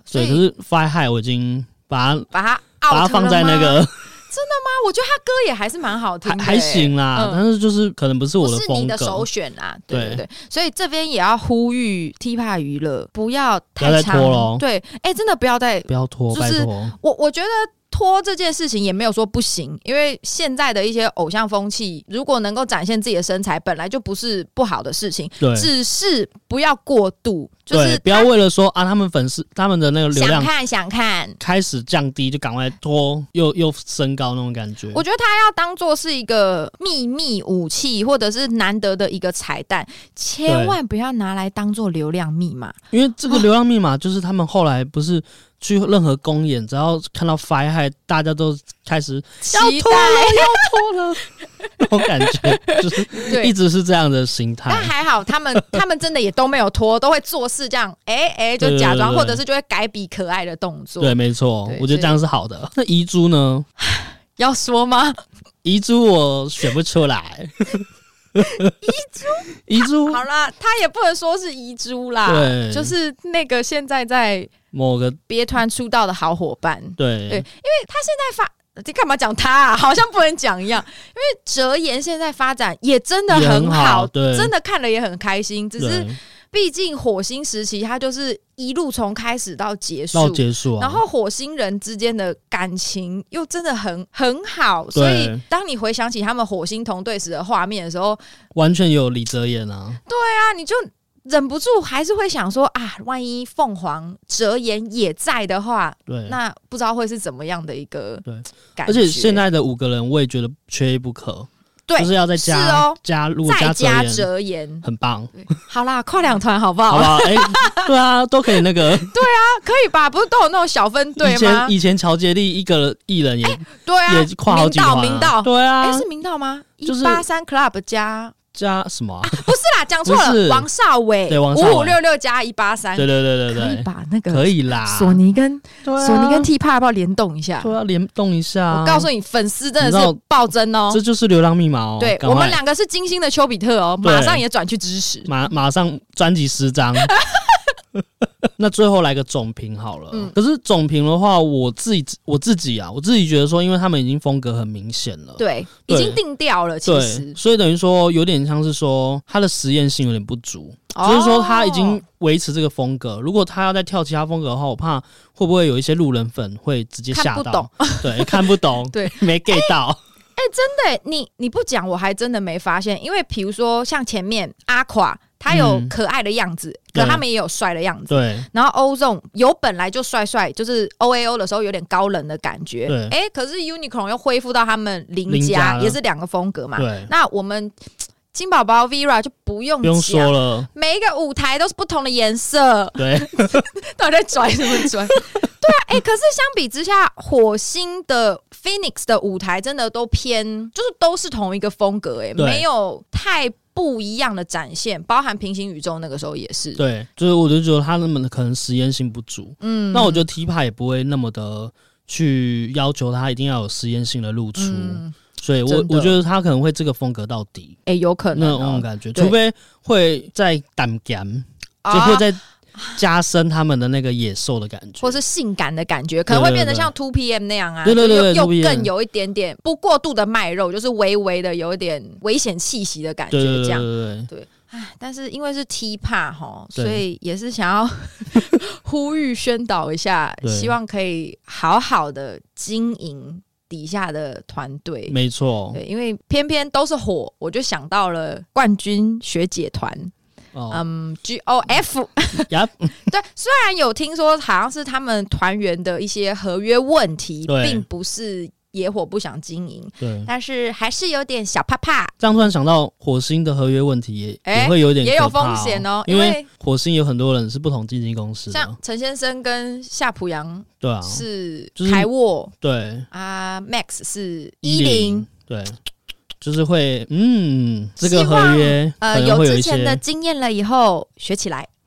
B: 对，可是 Fly High 我已经把它
A: 把它
B: 把它放在那个。
A: 真的吗？我觉得他歌也还是蛮好听的、欸，
B: 还, 还行啦、嗯，但是就是可能不是我的风格，
A: 不是你的首选啦。对对对，所以这边也要呼吁 T-Pop 娱乐不要太长，
B: 不要再拖咯。
A: 对，哎、欸，真的不要再
B: 不要拖，
A: 就是
B: 拜托。
A: 我我觉得。拖这件事情也没有说不行，因为现在的一些偶像风气，如果能够展现自己的身材，本来就不是不好的事情，只是不要过度，就是
B: 不要为了说啊，他们粉丝他们的那个流量
A: 想看想看
B: 开始降低，就赶快拖又又升高那种感觉。
A: 我觉得他要当做是一个秘密武器，或者是难得的一个彩蛋，千万不要拿来当做流量密码，
B: 因为这个流量密码就是他们后来不是。去任何公演，只要看到 Fly High， 大家都开始
A: 要拖
B: 了，要拖了，那种感觉就是一直是这样的心态。
A: 但还好，他们他们真的也都没有拖，都会做事这样，哎、欸、哎、欸，就假装，或者是就会改笔可爱的动作。
B: 对，没错，我觉得这样是好的。那遗珠呢？
A: 要说吗？
B: 遗珠我选不出来。
A: 遗珠，
B: 遗珠，
A: 好啦，他也不能说是遗珠啦，对，就是那个现在在
B: 某个
A: 别团出道的好伙伴，
B: 对
A: 对，因为他现在发，这干嘛讲他啊？好像不能讲一样，因为哲言现在发展也真的很好，
B: 好对，
A: 真的看了也很开心，只是。毕竟火星时期，它就是一路从开始到结束，
B: 到结束、啊，
A: 然后火星人之间的感情又真的很很好，所以当你回想起他们火星同队时的画面的时候，
B: 完全有李哲言啊，
A: 对啊，你就忍不住还是会想说啊，万一凤凰哲言也在的话，对，那不知道会是怎么样的一个感觉。
B: 而且现在的五个人，我也觉得缺一不可。
A: 对，
B: 就是要再加是、哦、加入
A: 再加哲言，
B: 很棒。
A: 好啦，跨两团好不好？
B: 好不好？哎、欸，对啊，都可以那个。
A: 对啊，可以吧？不是都有那种小分队吗？
B: 以前以前乔杰利一个艺人也、欸、
A: 对啊，
B: 也跨好几团、啊，
A: 明道，
B: 对啊，
A: 哎、欸，是明道吗？就是一八三 Club 加。
B: 加什么、啊啊？
A: 不是啦，讲错了。王少伟，
B: 对，王少伟
A: 五五六六加一八三，
B: 对对对对对，
A: 可以把那个
B: 可以啦。
A: 索尼跟索、
B: 啊、
A: 尼跟 T-Pop 要不要联动一下？
B: 对啊，联动一下、啊。
A: 我告诉你，粉丝真的是暴增哦，
B: 这就是流量密码哦。
A: 对，我们两个是金星的丘比特哦，马上也转去支持，
B: 马马上专辑十张。那最后来个总评好了、嗯，可是总评的话，我自己我自己啊，我自己觉得说，因为他们已经风格很明显了，
A: 对，已经定调了，其实，
B: 所以等于说有点像是说他的实验性有点不足，哦、就是说他已经维持这个风格，如果他要再跳其他风格的话，我怕会不会有一些路人粉会直接吓到，看不懂对，看不懂，
A: 对，
B: 没 get 到。
A: 哎、欸，真的，你你不讲，我还真的没发现，因为比如说像前面阿垮。他有可爱的样子、嗯，可他们也有帅的样子。
B: 对，
A: 然后 Ozone 有本来就帅帅，就是 O A O 的时候有点高冷的感觉。
B: 对，
A: 哎、欸，可是 Uniqlo 又恢复到他们邻家，也是两个风格嘛。
B: 对，
A: 那我们金宝宝 Vera 就不用
B: 不用说了，
A: 每一个舞台都是不同的颜色。
B: 对，
A: 到底在拽什么拽？对啊，哎、欸，可是相比之下，火星的 Phoenix 的舞台真的都偏，就是都是同一个风格、欸，哎，没有太。不一样的展现，包含平行宇宙那个时候也是。
B: 对，就是我就觉得他们可能实验性不足。嗯，那我觉得 T-Pop 也不会那么的去要求他一定要有实验性的露出，嗯、所以我我觉得他可能会这个风格到底。
A: 哎、欸，有可能、哦、
B: 那种感觉，除非会再胆干，就会再。加深他们的那个野兽的感觉，
A: 或是性感的感觉，可能会变得像 two P M 那样啊，
B: 对对对，
A: 又更有一点点不过度的卖肉，就是微微的有一点危险气息的感觉，这样
B: 对对
A: 对。唉，但是因为是 T-Pop 齁，所以也是想要呼吁宣导一下，希望可以好好的经营底下的团队。
B: 没错，
A: 对，因为偏偏都是火，我就想到了冠军学姐团。
B: 哦、
A: 嗯 ，G O F，
B: yep
A: 对，虽然有听说好像是他们团员的一些合约问题，并不是野火不想经营，
B: 对，
A: 但是还是有点小怕怕。
B: 这样突然想到火星的合约问题也、欸、也会有点可怕、哦、
A: 也有风险哦，
B: 因为火星有很多人是不同经纪公司的，
A: 像陈先生跟夏普阳，
B: 对啊，
A: 是台沃、
B: 就是，对
A: 啊 ，Max 是一零，
B: 对。就是会，嗯，这个合约
A: 呃有之前的经验了以后学起来，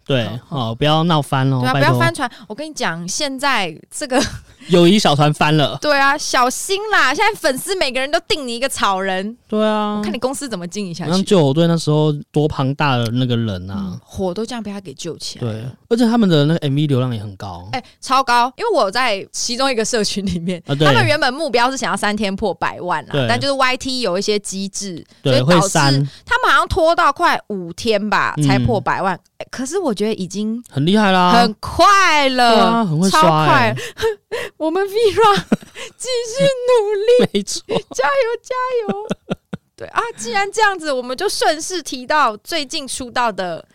B: 对哦，哦不要闹翻哦，
A: 对啊，不要翻船。我跟你讲，现在这个
B: 友谊小船翻了，
A: 对啊，小心啦！现在粉丝每个人都定你一个草人，
B: 对啊，
A: 我看你公司怎么经营下去。
B: 像救火队那时候多庞大的那个人啊、
A: 嗯，火都这样被他给救起来。
B: 对，而且他们的那个 M V 流量也很高，
A: 哎、欸，超高！因为我在其中一个社群里面、啊，他们原本目标是想要三天破百万啦，但就是 Y T 有一些机制，所以导致他们好像拖到快五天吧才破百万、嗯欸。可是我觉得已经
B: 很厉害啦，
A: 很快了，
B: 对啊，很会刷、欸，
A: 超快。我们 Vera 继续努力，
B: 没错，
A: 加油加油！对啊，既然这样子，我们就顺势提到最近出道的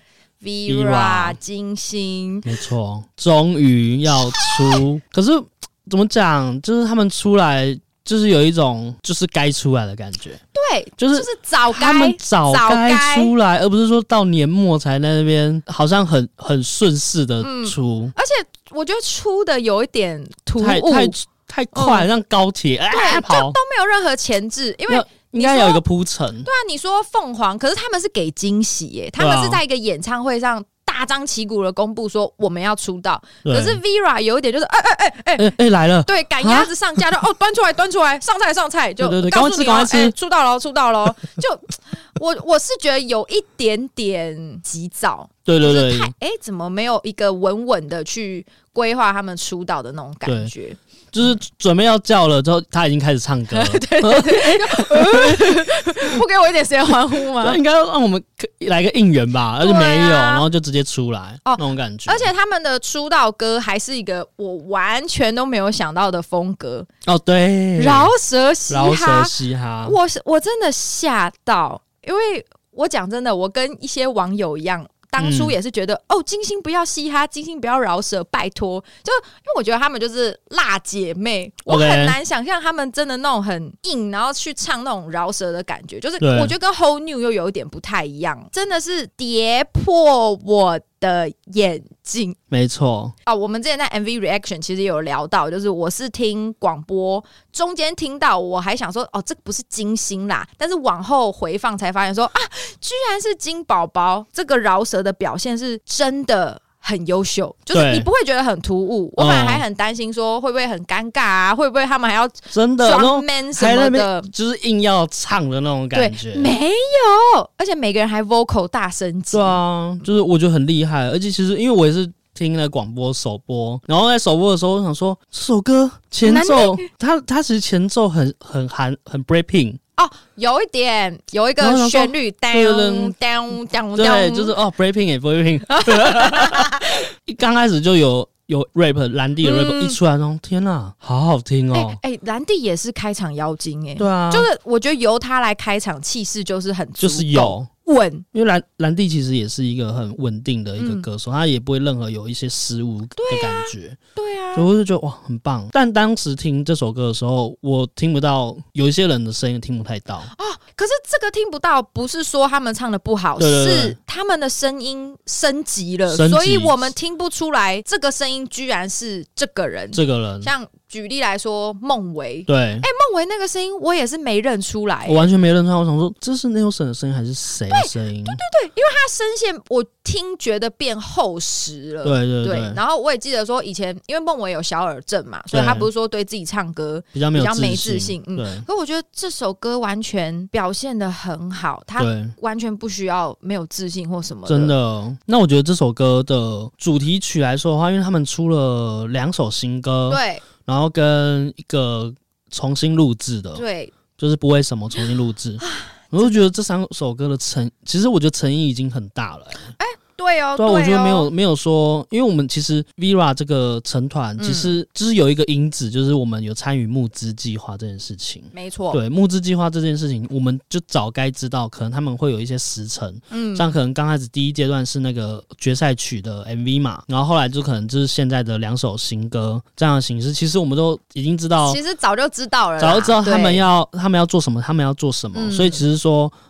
A: Vera 金星，
B: 没错，终于要出。可是怎么讲，就是他们出来，就是有一种就是该出来的感觉。
A: 对，
B: 就是
A: 就是早该
B: 他们早该出来，而不是说到年末才在那边，好像很很顺势的出、
A: 嗯。而且我觉得出的有一点突兀，
B: 太太太快，像高铁哎、
A: 嗯
B: 欸、跑，
A: 就都没有任何前置，因为
B: 应该有一个铺陈。
A: 对啊，你说凤凰，可是他们是给惊喜耶，他们是在一个演唱会上大张旗鼓的公布说我们要出道，可是 Vera 有一点就是哎哎哎哎
B: 哎来了，
A: 对，赶鸭子上架就哦端出来端出来，上菜上菜，就
B: 对对对，赶快吃赶快吃、欸，
A: 出道了出道了，就我我是觉得有一点点急躁，
B: 对对对，
A: 就是太哎怎么没有一个稳稳的去规划他们出道的那种感觉。
B: 就是准备要叫了之后，他已经开始唱歌了。
A: 对对对，不给我一点时间欢呼吗？
B: 应该让我们来个应援吧，而且没有、啊，然后就直接出来、哦、那种感觉。
A: 而且他们的出道歌还是一个我完全都没有想到的风格。
B: 哦，对，
A: 饶舌嘻哈，
B: 饶舌嘻哈，
A: 我我真的吓到，因为我讲真的，我跟一些网友一样。当初也是觉得、嗯、哦，金星不要嘻哈，金星不要饶舌，拜托！就因为我觉得他们就是辣姐妹， okay. 我很难想象他们真的那种很硬，然后去唱那种饶舌的感觉，就是我觉得跟 Whole New 又有一点不太一样，真的是跌破我的眼镜。
B: 没错
A: 啊，我们之前在 M V reaction 其实有聊到，就是我是听广播中间听到，我还想说哦，这不是金星啦，但是往后回放才发现说啊，居然是金宝宝，这个饶舌的表现是真的很优秀，就是你不会觉得很突兀。我本来还很担心说会不会很尴尬啊，会不会他们还要
B: 真的
A: man 什么的，
B: 就是硬要唱的那种感觉。
A: 对，没有，而且每个人还 vocal 大升级。
B: 对啊，就是我觉得很厉害，而且其实因为我也是听了广播首播，然后在首播的时候我想说这首歌前奏它它其实前奏很很韩很 breaking
A: 哦，有一点有一个旋律 down down down，
B: 对，就是哦 breaking 也 breaking 一刚开始就有有 rap 蓝地的 rap、嗯、一出来然后天哪好好听哦。
A: 哎、欸欸、蓝地也是开场妖精哎、欸，
B: 对啊，
A: 就是我觉得由他来开场气势就是很足
B: 就是有
A: 稳，
B: 因为蓝蓝地其实也是一个很稳定的一个歌手、嗯、他也不会任何有一些失误的感觉。
A: 对啊，
B: 所以我就觉得哇很棒。但当时听这首歌的时候我听不到，有一些人的声音听不太到
A: 哦。可是这个听不到不是说他们唱的不好，
B: 对对对，
A: 是他们的声音升级了，
B: 升级，
A: 所以我们听不出来这个声音居然是这个人。
B: 这个人
A: 像举例来说孟维，
B: 对，
A: 哎、欸，孟维那个声音我也是没认出来、欸，
B: 我完全没认出来。我想说这是 Nelson 的声音还是谁的声音？
A: 对对对，因为他声线我听觉得变厚实了。
B: 对对 对,
A: 对，然后我也记得说以前因为孟维有小耳症嘛，所以他不是说对自己唱歌
B: 比较没有
A: 比较没自信。嗯，可我觉得这首歌完全表现得很好，他完全不需要没有自信或什么的。
B: 真的。那我觉得这首歌的主题曲来说的话，因为他们出了两首新歌，
A: 对。
B: 然后跟一个重新录制的，
A: 对，
B: 就是不为什么重新录制，我就觉得这三首歌的诚，其实我觉得诚意已经很大了、欸。哎、
A: 欸，对哦，
B: 对啊，
A: 对哦，
B: 我觉得没有没有说，因为我们其实 Vera 这个成团，其实就是有一个因子，就是我们有参与募资计划这件事情。
A: 没错，
B: 对，募资计划这件事情，我们就早该知道，可能他们会有一些时程，嗯，像可能刚开始第一阶段是那个决赛曲的 M V 嘛，然后后来就可能就是现在的两首新歌这样的形式，其实我们都已经知道，
A: 其实早就知道了，
B: 早就知道他们要他们要做什么，他们要做什么，嗯、所以其实说。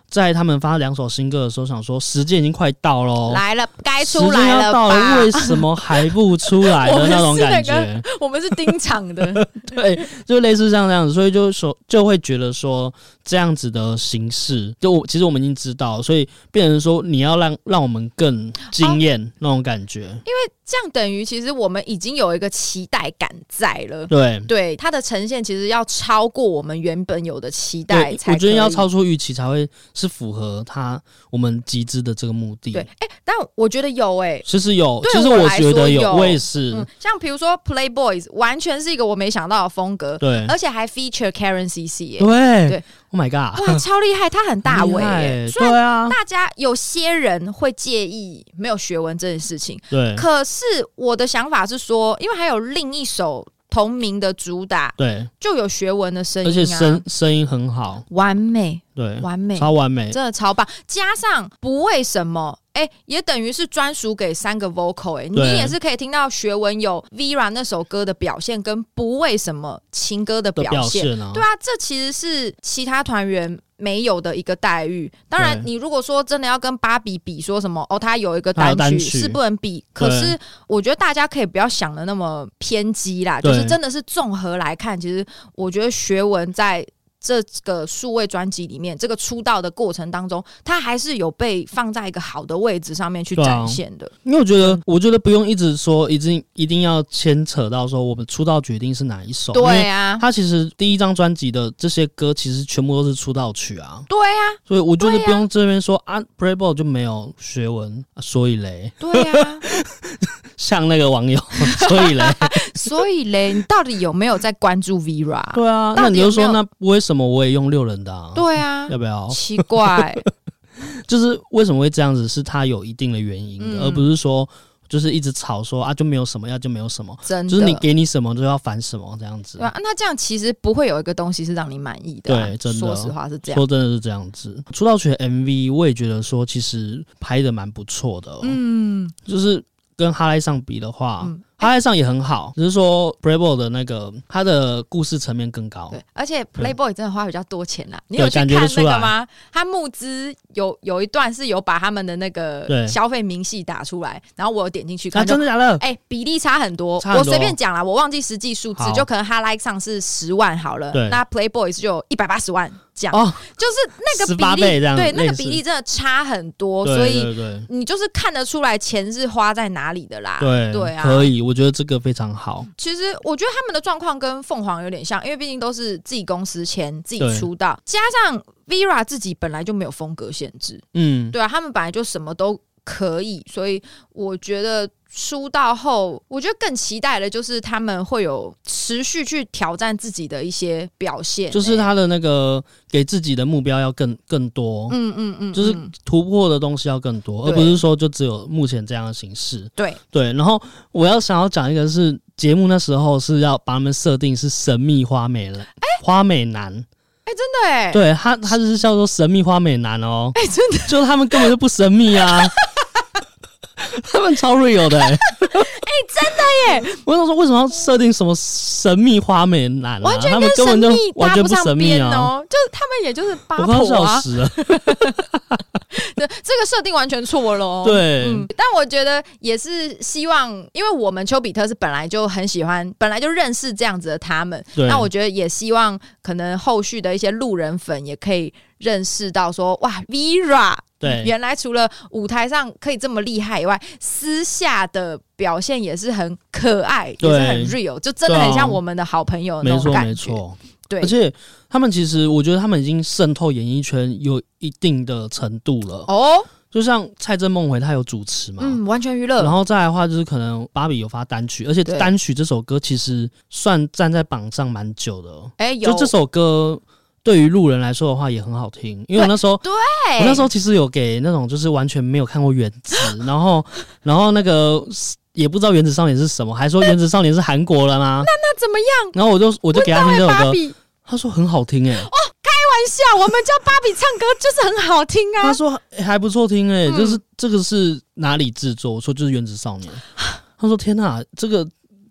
B: 在他们发两首新歌的时候，想说时间已经快到了，
A: 来了，该出来了吧，
B: 时间要到了，为什么还不出来的那种感觉？
A: 我们, 我们是盯场的，
B: 对，就类似像这样子，所以就说就会觉得说这样子的形式，就其实我们已经知道，所以变成说你要让让我们更惊艳、哦、那种感觉，因
A: 为这样等于其实我们已经有一个期待感在了，
B: 对
A: 对，它的呈现其实要超过我们原本有的期待才可以，
B: 我觉得要超出预期才会是符合它我们集资的这个目的。
A: 对，哎、欸，但我觉得有哎、欸，
B: 其实有，其实我觉得有，我也是。
A: 嗯，像比如说 Playboys， 完全是一个我没想到的风格，
B: 对，
A: 而且还 feature Karen C C 耶、
B: 欸，对
A: 对
B: ，Oh my god，
A: 哇，超厉害，他很大尾耶，
B: 对啊，
A: 大家有些人会介意没有学文这件事情，
B: 对，
A: 可是我的想法是说，因为还有另一首同名的主打，
B: 对，
A: 就有学文的声音、啊，
B: 而且声声音很好，
A: 完美，
B: 对，
A: 完美，
B: 超完美，
A: 真的超棒。加上不为什么，哎、欸，也等于是专属给三个 vocal， 哎、欸，你也是可以听到学文有 Vera 那首歌的表现，跟不为什么情歌的表现，
B: 表现啊、
A: 对啊，这其实是其他团员没有的一个待遇。当然，你如果说真的要跟芭比比，说什么哦，他有一个单 曲, 单曲是不能比，可是我觉得大家可以不要想的那么偏激啦，就是真的是综合来看，其实我觉得学文在这个数位专辑里面，这个出道的过程当中，他还是有被放在一个好的位置上面去展现的。
B: 啊、因为我觉得，我觉得不用一直说，一定一定要牵扯到说我们出道决定是哪一首。
A: 对啊，
B: 他其实第一张专辑的这些歌，其实全部都是出道曲啊。
A: 对啊，
B: 所以我觉得不用这边说啊 ，Playboy 就没有学文，啊、所以嘞。
A: 对啊。
B: 像那个网友，所以嘞，
A: 所以嘞，你到底有没有在关注 Vera？
B: 对啊，那你就说，那为什么我也用六人的啊？
A: 对啊，
B: 要不要？
A: 奇怪，
B: 就是为什么会这样子，是他有一定的原因的，嗯、而不是说就是一直吵说啊就没有什么，要就没有什么，
A: 真的，
B: 就是你给你什么就要反什么这样子。
A: 对啊，那这样其实不会有一个东西是让你满意的、啊。
B: 对，真的，
A: 说实话是这样，
B: 说真的是这样子。出道曲的 M V 我也觉得说，其实拍的蛮不错的、哦，嗯，就是。跟哈赖上比的话，嗯、哈赖上也很好，只是说 Playboy 的那个他的故事层面更高。
A: 对，而且 Playboy 真的花比较多钱啦。你有去看那个吗？他募资有有一段是有把他们的那个消费明细打出来，然后我有点进去看、
B: 啊，真的假的？
A: 哎、欸，比例差很多。
B: 差很多
A: 我随便讲啦，我忘记实际数字，就可能哈赖上是十万好了，那 Playboy 就一百八十万。哦，就是那个比例，对，那个比例真的差很多，
B: 对
A: 所以你就是看得出来钱是花在哪里的啦。
B: 对，
A: 对啊，
B: 可以，我觉得这个非常好。
A: 其实我觉得他们的状况跟凤凰有点像，因为毕竟都是自己公司签、自己出道，加上 Vera 自己本来就没有风格限制，嗯，对啊，他们本来就什么都可以，所以我觉得。出道后，我觉得更期待的就是他们会有持续去挑战自己的一些表现、欸，
B: 就是他的那个给自己的目标要更更多，嗯嗯嗯，就是突破的东西要更多，而不是说就只有目前这样的形式。
A: 对
B: 对，然后我要想要讲一个是节目那时候是要把他们设定是神秘花美人，欸、花美男。
A: 哎、欸，真的哎、欸，
B: 对他，他是叫做神秘花美男哦。
A: 哎、欸，真的，
B: 就他们根本就不神秘啊。他们超 real 的、欸，哎、
A: 欸，真的耶！
B: 我想说，为什么要设定什么神秘花美男、啊？
A: 完全
B: 跟神秘完全不神秘啊！
A: 哦，就是他们也就是八婆啊。
B: 死了
A: 对，这个设定完全错了、哦。
B: 对、
A: 嗯，但我觉得也是希望，因为我们丘比特是本来就很喜欢，本来就认识这样子的他们。那我觉得也希望，可能后续的一些路人粉也可以认识到说，哇 ，Vera。
B: 对，
A: 原来除了舞台上可以这么厉害以外，私下的表现也是很可爱，也是很 real， 就真的很像我们的好朋友那种感觉。
B: 没错，没错。
A: 对，
B: 而且他们其实，我觉得他们已经渗透演艺圈有一定的程度了。哦，就像蔡正梦回他有主持嘛，
A: 嗯，完全娱乐。
B: 然后再来的话，就是可能芭比有发单曲，而且单曲这首歌其实算站在榜上蛮久的。哎、欸，有就这首歌。对于路人来说的话也很好听，因为我那时候，
A: 对，
B: 我那时候其实有给那种就是完全没有看过原子，然后，然后那个也不知道原子少年是什么，还说原子少年是韩国了吗？
A: 那那怎么样？
B: 然后我就我就给他听这首歌，他说很好听哎、欸，
A: 哦，开玩笑，我们叫芭比唱歌就是很好听啊。
B: 他说、欸、还不错听哎、欸，嗯、就是这个是哪里制作？我说就是原子少年。他说天哪，这个。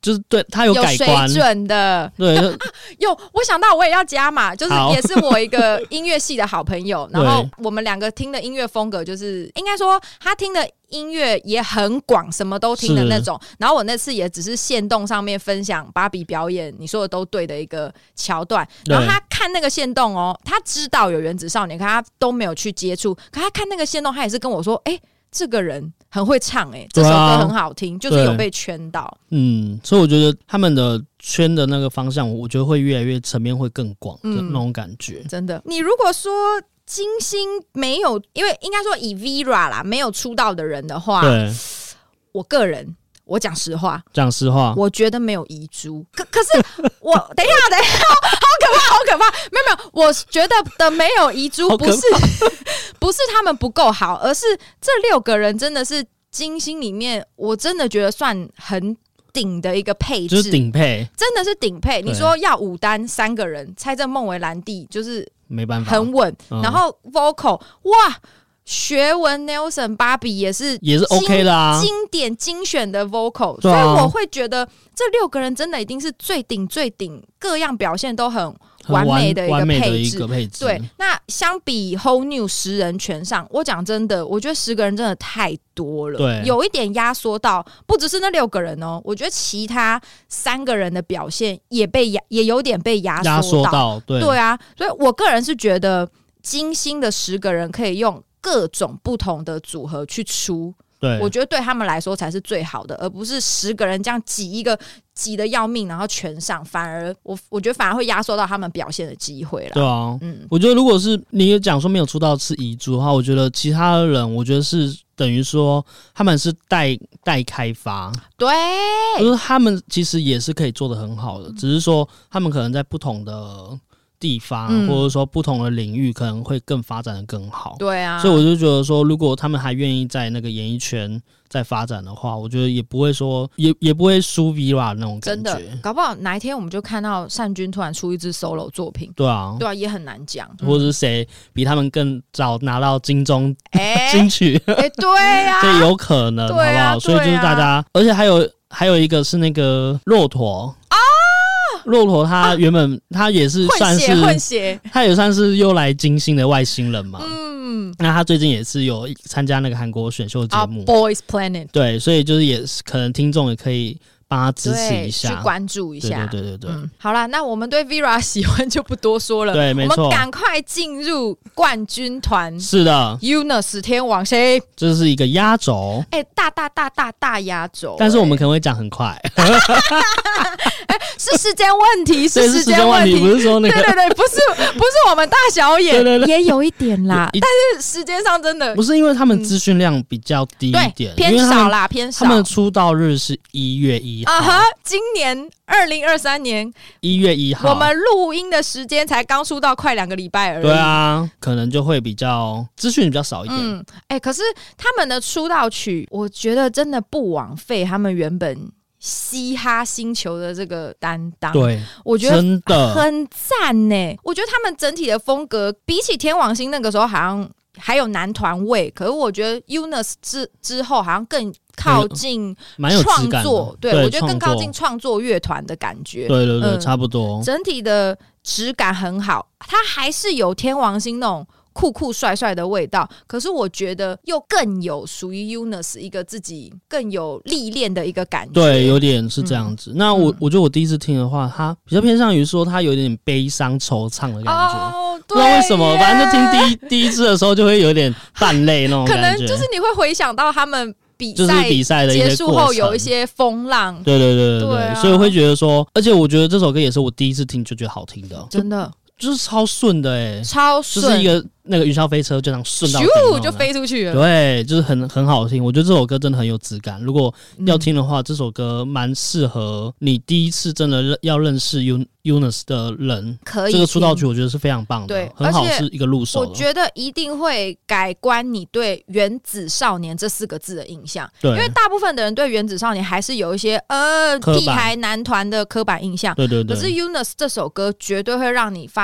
B: 就是对他有改观，
A: 有水准的。
B: 对，
A: 有、啊、我想到我也要加码，就是也是我一个音乐系的好朋友，然后我们两个听的音乐风格就是应该说他听的音乐也很广，什么都听的那种。然后我那次也只是限动上面分享芭比表演，你说的都对的一个桥段。然后他看那个限动哦，他知道有原子少年，可他都没有去接触。可他看那个限动，他也是跟我说：“哎、欸，这个人很会唱、欸，哎，这首歌很好听，就是有被圈到。”
B: 嗯，所以我觉得他们的圈的那个方向，我觉得会越来越层面会更广的那种感觉。
A: 真的，你如果说金星没有，因为应该说以 Vera 啦没有出道的人的话，
B: 对，
A: 我个人我讲实话，
B: 讲实话，
A: 我觉得没有遗珠。可可是我等一下，等一下，好可怕，好可怕！没有没有，我觉得的没有遗珠不是不是他们不够好，而是这六个人真的是金星里面，我真的觉得算很顶的一个配置，
B: 就是顶配，
A: 真的是顶配。你说要五单三个人，猜这孟维兰蒂就是
B: 没办法，
A: 很稳。嗯、然后 vocal 哇。学文 Nelson 芭比也是
B: 也是 OK 的啊，
A: 经典精选的 vocal，、啊、所以我会觉得这六个人真的一定是最顶最顶，各样表现都很完美的一个配置。
B: 配置
A: 对，那相比 Whole New 十人全上，我讲真的，我觉得十个人真的太多了，
B: 对，
A: 有一点压缩到，不只是那六个人哦，我觉得其他三个人的表现也被压，也有点被压缩到。
B: 压缩到，对，
A: 对啊，所以我个人是觉得金星的十个人可以用各种不同的组合去出，
B: 对，
A: 我觉得对他们来说才是最好的，而不是十个人这样挤一个挤得要命，然后全上，反而我我觉得反而会压缩到他们表现的机会了。
B: 对啊，嗯，我觉得如果是你讲说没有出道是遗珠的话，我觉得其他的人，我觉得是等于说他们是待待开发，
A: 对，
B: 就是他们其实也是可以做得很好的，只是说他们可能在不同的地方、嗯、或者说不同的领域可能会更发展的更好。
A: 对啊，
B: 所以我就觉得说如果他们还愿意在那个演艺圈在发展的话，我觉得也不会说也也不会输 Vera 那种感觉。
A: 真的，搞不好哪一天我们就看到善君突然出一支 solo 作品。
B: 对啊，
A: 对啊，也很难讲，
B: 或者是谁比他们更早拿到金钟、欸、金曲，
A: 哎、欸，对啊，
B: 这有可能，
A: 对啊、
B: 好不好？所以就是大家，啊、而且还有还有一个是那个骆驼啊。骆驼他原本、啊、他也是算是
A: 混血，
B: 他也算是又来金星的外星人嘛。嗯，那他最近也是有参加那个韩国选秀节目、uh,
A: Boys Planet。对，
B: 所以就是也是可能听众也可以帮他支持一下，
A: 去关注一下。
B: 对对对对对、嗯。
A: 好啦，那我们对 Vera 喜欢就不多说了。
B: 对，没错。
A: 我们赶快进入冠军团。
B: 是的
A: ，Eunice 天王星，
B: 这是一个压轴。
A: 哎、欸，大大大大大压轴。
B: 但是我们可能会讲很快。
A: 欸、是时间问题，是时间问题，
B: 不是说那个，
A: 对对对，不是不是我们大小眼，
B: 对对对，
A: 也有一点啦，但是时间上真的
B: 不是，因为他们资讯量比较低一点，
A: 嗯、偏少啦，偏少。
B: 他们出道日是一月一号，啊哈，
A: 今年二零二三年
B: 一月一号，
A: 我们录音的时间才刚出道快两个礼拜而已。
B: 对啊，可能就会比较资讯比较少一点。
A: 嗯，哎、欸，可是他们的出道曲，我觉得真的不枉费他们原本嘻哈星球的这个担当，
B: 对，
A: 我觉得
B: 真的
A: 很赞呢。我觉得他们整体的风格比起天王星那个时候好像还有男团味，可是我觉得 Eunice 之之后好像更靠近创作，对，
B: 对，
A: 我觉得更靠近创作乐团的感觉。
B: 对对对、嗯，差不多。
A: 整体的质感很好，它还是有天王星那种酷酷帅帅的味道，可是我觉得又更有属于 Eunice 一个自己更有历练的一个感觉。
B: 对，有点是这样子。嗯、那我、嗯、我觉得我第一次听的话，它比较偏向于说它有点悲伤惆怅的感觉。哦，不知道为什么，反正就听第一第一次的时候就会有点泛泪那种感觉。
A: 可能就是你会回想到他们比赛、
B: 就是比赛的一些
A: 结束后有一些风浪。
B: 对对对对 对, 对、啊，所以我会觉得说，而且我觉得这首歌也是我第一次听就觉得好听的，
A: 真的。
B: 就是超顺的哎、欸，
A: 超顺，
B: 就是一个那个云霄飞车就这样顺到底
A: 就飛出去了。
B: 对，就是很很好听。我觉得这首歌真的很有质感。如果要听的话，嗯、这首歌蛮适合你第一次真的要认识 Eunice 的人。
A: 可以，
B: 这个出道曲我觉得是非常棒的，
A: 对，
B: 很好，是一个入手。
A: 我觉得一定会改观你对原子少年这四个字的印象。
B: 对，
A: 因为大部分的人对原子少年还是有一些呃屁孩男团的刻板印象。
B: 对对对。
A: 可是 Eunice 这首歌绝对会让你发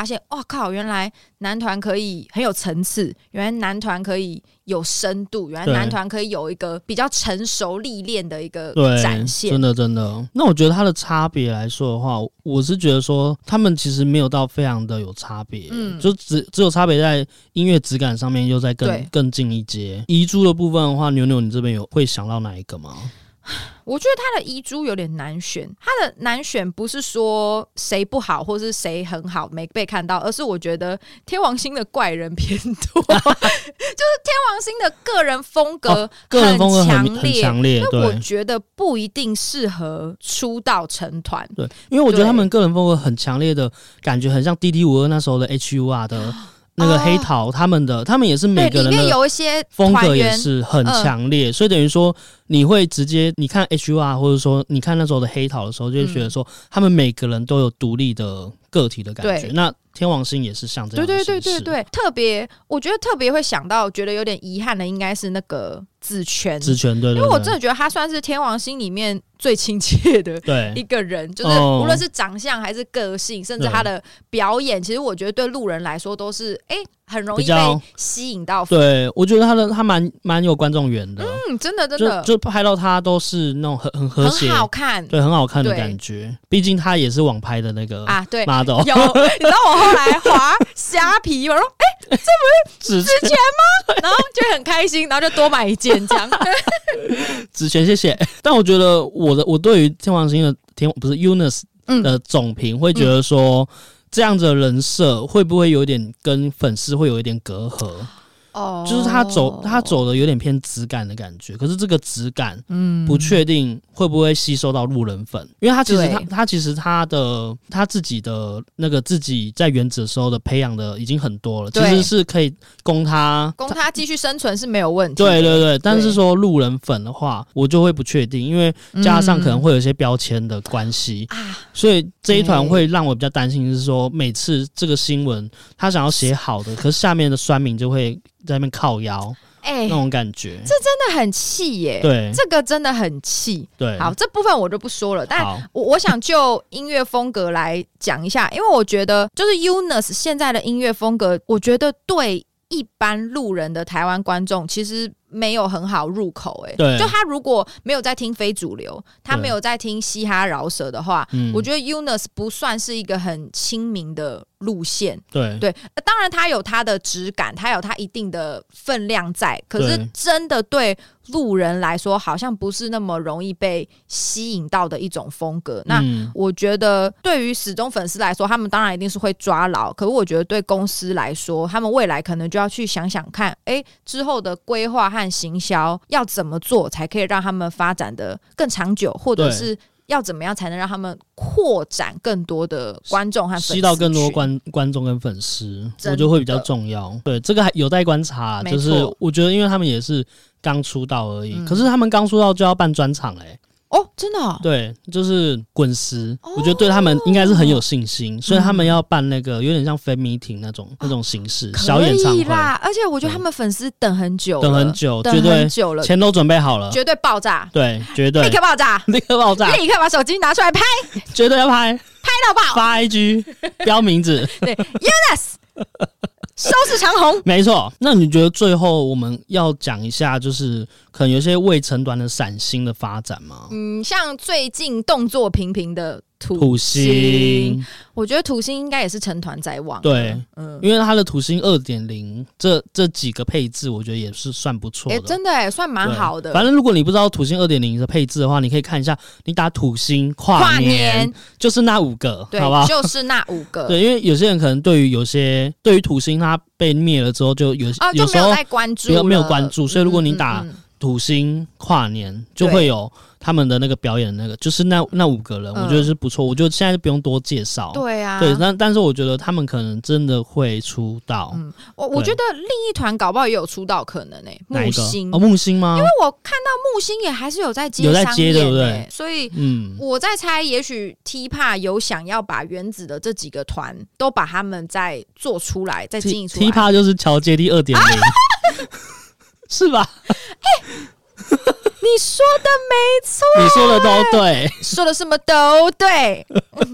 A: 发现，哇靠，原来男团可以很有层次，原来男团可以有深度，原来男团可以有一个比较成熟历练的一个展现。
B: 真的真的。那我觉得它的差别来说的话，我是觉得说他们其实没有到非常的有差别，嗯，就只只有差别在音乐质感上面又再更更进一阶。遗珠的部分的话，牛牛你这边有会想到哪一个吗？
A: 我觉得他的遗珠有点难选，他的难选不是说谁不好或是谁很好没被看到，而是我觉得天王星的怪人偏多就是天王星的个人风格很强烈，
B: 强烈，
A: 所以我觉得不一定适合出道成团。
B: 对，因为我觉得他们个人风格很强烈的感觉，很像 D D 五二 那时候的 H U R 的那个黑桃，他们的他们也是每个人的
A: 里面有一些
B: 风格也是很强烈，嗯，所以等于说你会直接你看 H U R 或者说你看那时候的黑桃的时候，就会觉得说，嗯，他们每个人都有独立的个体的感觉。那天王星也是像这样的形式，
A: 对对对对对，特别我觉得特别会想到，觉得有点遗憾的应该是那个子权，
B: 子权对对对，
A: 因为我真的觉得他算是天王星里面最亲切的一个人，就是无论是长相还是个性，甚至他的表演，其实我觉得对路人来说都是哎，欸，很容易被吸引到。
B: 对，我觉得他的他蛮蛮有观众缘的，
A: 嗯，真的真的，
B: 就, 就拍到他都是那种很很和谐、
A: 很好看，
B: 对，很好看的感觉。毕竟他也是网拍的那个
A: 啊，对
B: model。
A: 有，你知道我后来滑虾皮，我说哎，欸，这不是子权吗？然后就很开心，然后就多买一件这样。
B: 子权，谢谢。但我觉得我的我对于天王星的天不是 Eunice 的总评，会觉得说，嗯，这样子的人设会不会有点跟粉丝会有一点隔阂？哦，就是他走他走的有点偏质感的感觉，可是这个质感，嗯，不确定会不会吸收到路人粉，因为他其实他他其实他的他自己的那个自己在原子的时候的培养的已经很多了，其实是可以供他
A: 供他继续生存是没有问题的。
B: 对对对，但是说路人粉的话，我就会不确定，因为加上可能会有一些标签的关系，嗯，所以这一团会让我比较担心，是说每次这个新闻他想要写好的，可是下面的酸民就会在那边靠腰，哎，欸，那种感觉，
A: 这真的很气耶！对，这个真的很气。对，好，这部分我就不说了。但我我想就音乐风格来讲一下，因为我觉得就是 Eunice 现在的音乐风格，我觉得对一般路人的台湾观众其实没有很好入口。哎，就他如果没有在听非主流，他没有在听嘻哈饶舌的话，我觉得 Eunice 不算是一个很亲民的路线。对对，当然它有它的质感，它有它一定的分量在，可是真的对路人来说好像不是那么容易被吸引到的一种风格。那我觉得对于死忠粉丝来说，他们当然一定是会抓牢，可是我觉得对公司来说，他们未来可能就要去想想看，哎，之后的规划和行销要怎么做才可以让他们发展的更长久，或者是要怎么样才能让他们扩展更多的观众和粉丝，
B: 吸到更多观观众跟粉丝，我觉得会比较重要。对，这个还有待观察，就是我觉得因为他们也是刚出道而已，嗯，可是他们刚出道就要办专场嘞。
A: 哦，真的，哦，
B: 对，就是滚石，哦，我觉得对他们应该是很有信心，所以他们要办那个有点像 fan meeting 那种，哦，那种形式小演唱会啦。
A: 而且我觉得他们粉丝等很久了，
B: 等很久，等很久了，钱都准备好了，
A: 绝对爆炸，
B: 对，绝对
A: 立刻爆炸，
B: 立刻爆炸，
A: 立刻把手机拿出来拍，
B: 绝对要拍，
A: 拍到爆，
B: 发 I G 标名字，
A: 对 ，Eunice 收视长虹，
B: 没错。那你觉得最后我们要讲一下，就是可能有些未成团的闪星的发展吗？
A: 嗯，像最近动作频频的土星，我觉得土星应该也是成团在望。
B: 对，嗯，因为它的土星 二点零 这这几个配置，我觉得也是算不错的。
A: 哎，真的哎，算蛮好的。
B: 反正如果你不知道土星 二点零 的配置的话，你可以看一下，你打土星跨 年, 跨年就是那五个，
A: 对，
B: 好不好？
A: 就是那五个。
B: 对，因为有些人可能对于有些对于土星它被灭了之后，就有、
A: 啊、
B: 有时候
A: 就没有在关注了，
B: 没有关注，所以如果你打土星跨年，嗯嗯嗯就会有他们的那个表演的那个，就是那那五个人，嗯、我觉得是不错。我觉得现在就不用多介绍。
A: 对啊，
B: 对，但但是我觉得他们可能真的会出道。嗯，
A: 我我觉得另一团搞不好也有出道可能诶、欸，木星
B: 哦，木星吗？
A: 因为我看到木星也还是有在接、欸，
B: 有在接，对不对？
A: 所以嗯，我在猜，也许 T-P A 有想要把原子的这几个团都把他们再做出来，再经营出来。
B: T-P A 就是乔杰利 二点零，是吧？
A: 欸你说的没错，
B: 你说的都对，
A: 说的什么都对。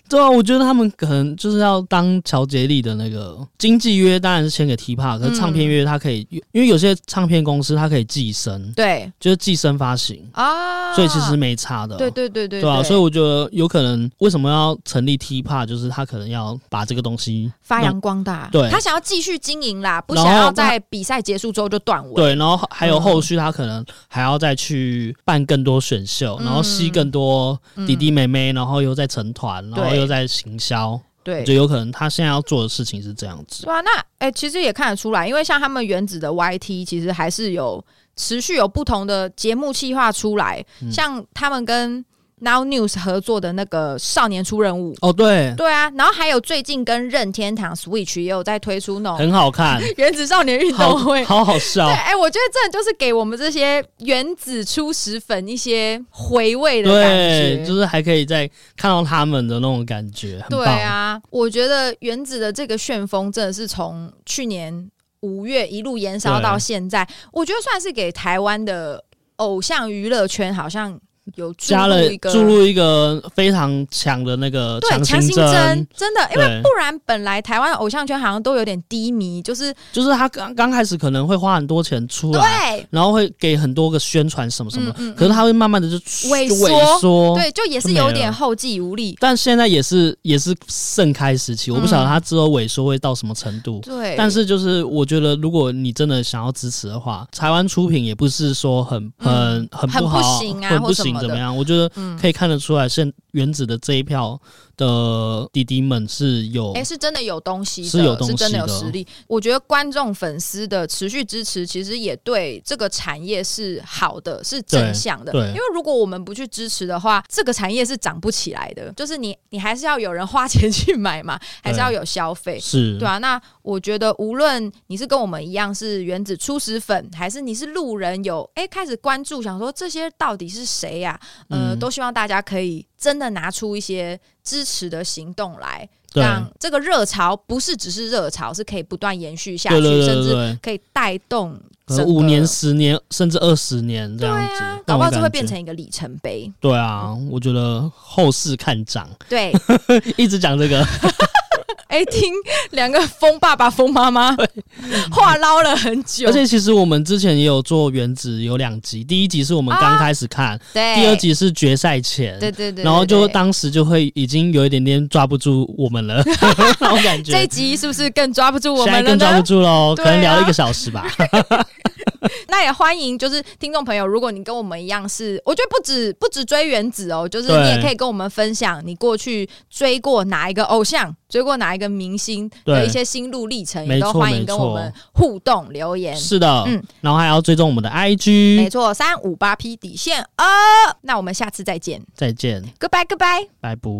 B: 对啊，我觉得他们可能就是要当乔杰利的那个经纪约，当然是签给 T-Pop， 可是唱片约他可以、嗯，因为有些唱片公司它可以寄生，
A: 对，
B: 就是寄生发行啊，所以其实没差的。
A: 对对对 对, 对，
B: 对啊，所以我觉得有可能为什么要成立 T-Pop， 就是他可能要把这个东西
A: 发扬光大，
B: 对，
A: 他想要继续经营啦，不想要在比赛结束之后就断尾。
B: 对，然后还有后续他可能还要再去办更多选秀，嗯、然后吸更多弟弟妹妹，嗯、然后又在成团，然后又在行销。对，就有可能他现在要做的事情是这样子。
A: 对啊，那哎、欸，其实也看得出来，因为像他们原子的 Y T， 其实还是有持续有不同的节目企划出来，嗯、像他们跟Now News 合作的那个少年出任务
B: 哦，对
A: 对啊，然后还有最近跟任天堂 Switch 也有在推出那种
B: 很好看
A: 原子少年运动会，
B: 好好笑。
A: 对，哎、欸，我觉得真的就是给我们这些原子初始粉一些回味的感觉，
B: 对，就是还可以再看到他们的那种感觉，很棒。
A: 对啊，我觉得原子的这个旋风真的是从去年五月一路延烧到现在，我觉得算是给台湾的偶像娱乐圈好像有
B: 加了注入一个非常强的那个强心针，
A: 真的，因为不然本来台湾偶像圈好像都有点低迷，就是
B: 就是他刚刚开始可能会花很多钱出来，对，然后会给很多个宣传什么什么，嗯嗯嗯，可是他会慢慢的就
A: 萎缩，对，就也是有点后继无力。
B: 但现在也是也是盛开时期，嗯、我不晓得他之后萎缩会到什么程度。
A: 对，
B: 但是就是我觉得，如果你真的想要支持的话，台湾出品也不是说很很、嗯、很不好，
A: 很不行啊，
B: 很不行。怎么样？我觉得可以看得出来，现原子的这一票的弟弟们是有，
A: 哎、欸，是真的有东西的，
B: 是有东西的，
A: 是真的有实力。我觉得观众粉丝的持续支持，其实也对这个产业是好的，是正向的。因为如果我们不去支持的话，这个产业是长不起来的。就是你，你还是要有人花钱去买嘛，还是要有消费，
B: 是对
A: 啊。那我觉得，无论你是跟我们一样是原子初始粉，还是你是路人有，有哎开始关注，想说这些到底是谁呀、啊？呃、嗯，都希望大家可以真的拿出一些支持的行动来，让这个热潮不是只是热潮，是可以不断延续下去，对对对对，甚至可以带动
B: 五年、十年，甚至二十年这样子。对
A: 啊，搞不好就会变成一个里程碑。
B: 对啊，我觉得后市看涨。
A: 对，
B: 一直讲这个。
A: 哎、欸，听两个疯爸爸、疯妈妈话唠了很久，
B: 而且其实我们之前也有做原子，有两集，第一集是我们刚开始看，啊、
A: 对，
B: 第二集是决赛前，
A: 对对 对, 对，
B: 然后就当时就会已经有一点点抓不住我们了，那种感觉。
A: 这一集是不是更抓不住我们了呢？
B: 现在更抓不住喽、啊，可能聊了一个小时吧。
A: 那也欢迎，就是听众朋友，如果你跟我们一样是，我觉得不止不止追原子哦，就是你也可以跟我们分享你过去追过哪一个偶像，追过哪一个明星的一些心路历程，也都欢迎跟我们互动留言。是
B: 的，嗯，然后还要追踪我们的 I G，
A: 没错，三五八 P 底线哦。那我们下次再见，
B: 再见
A: ，Goodbye Goodbye，
B: 拜拜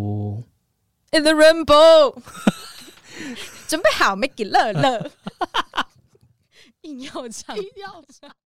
A: ，In the rainbow， 准备好 ，Make it 乐乐。硬要唱，硬要唱。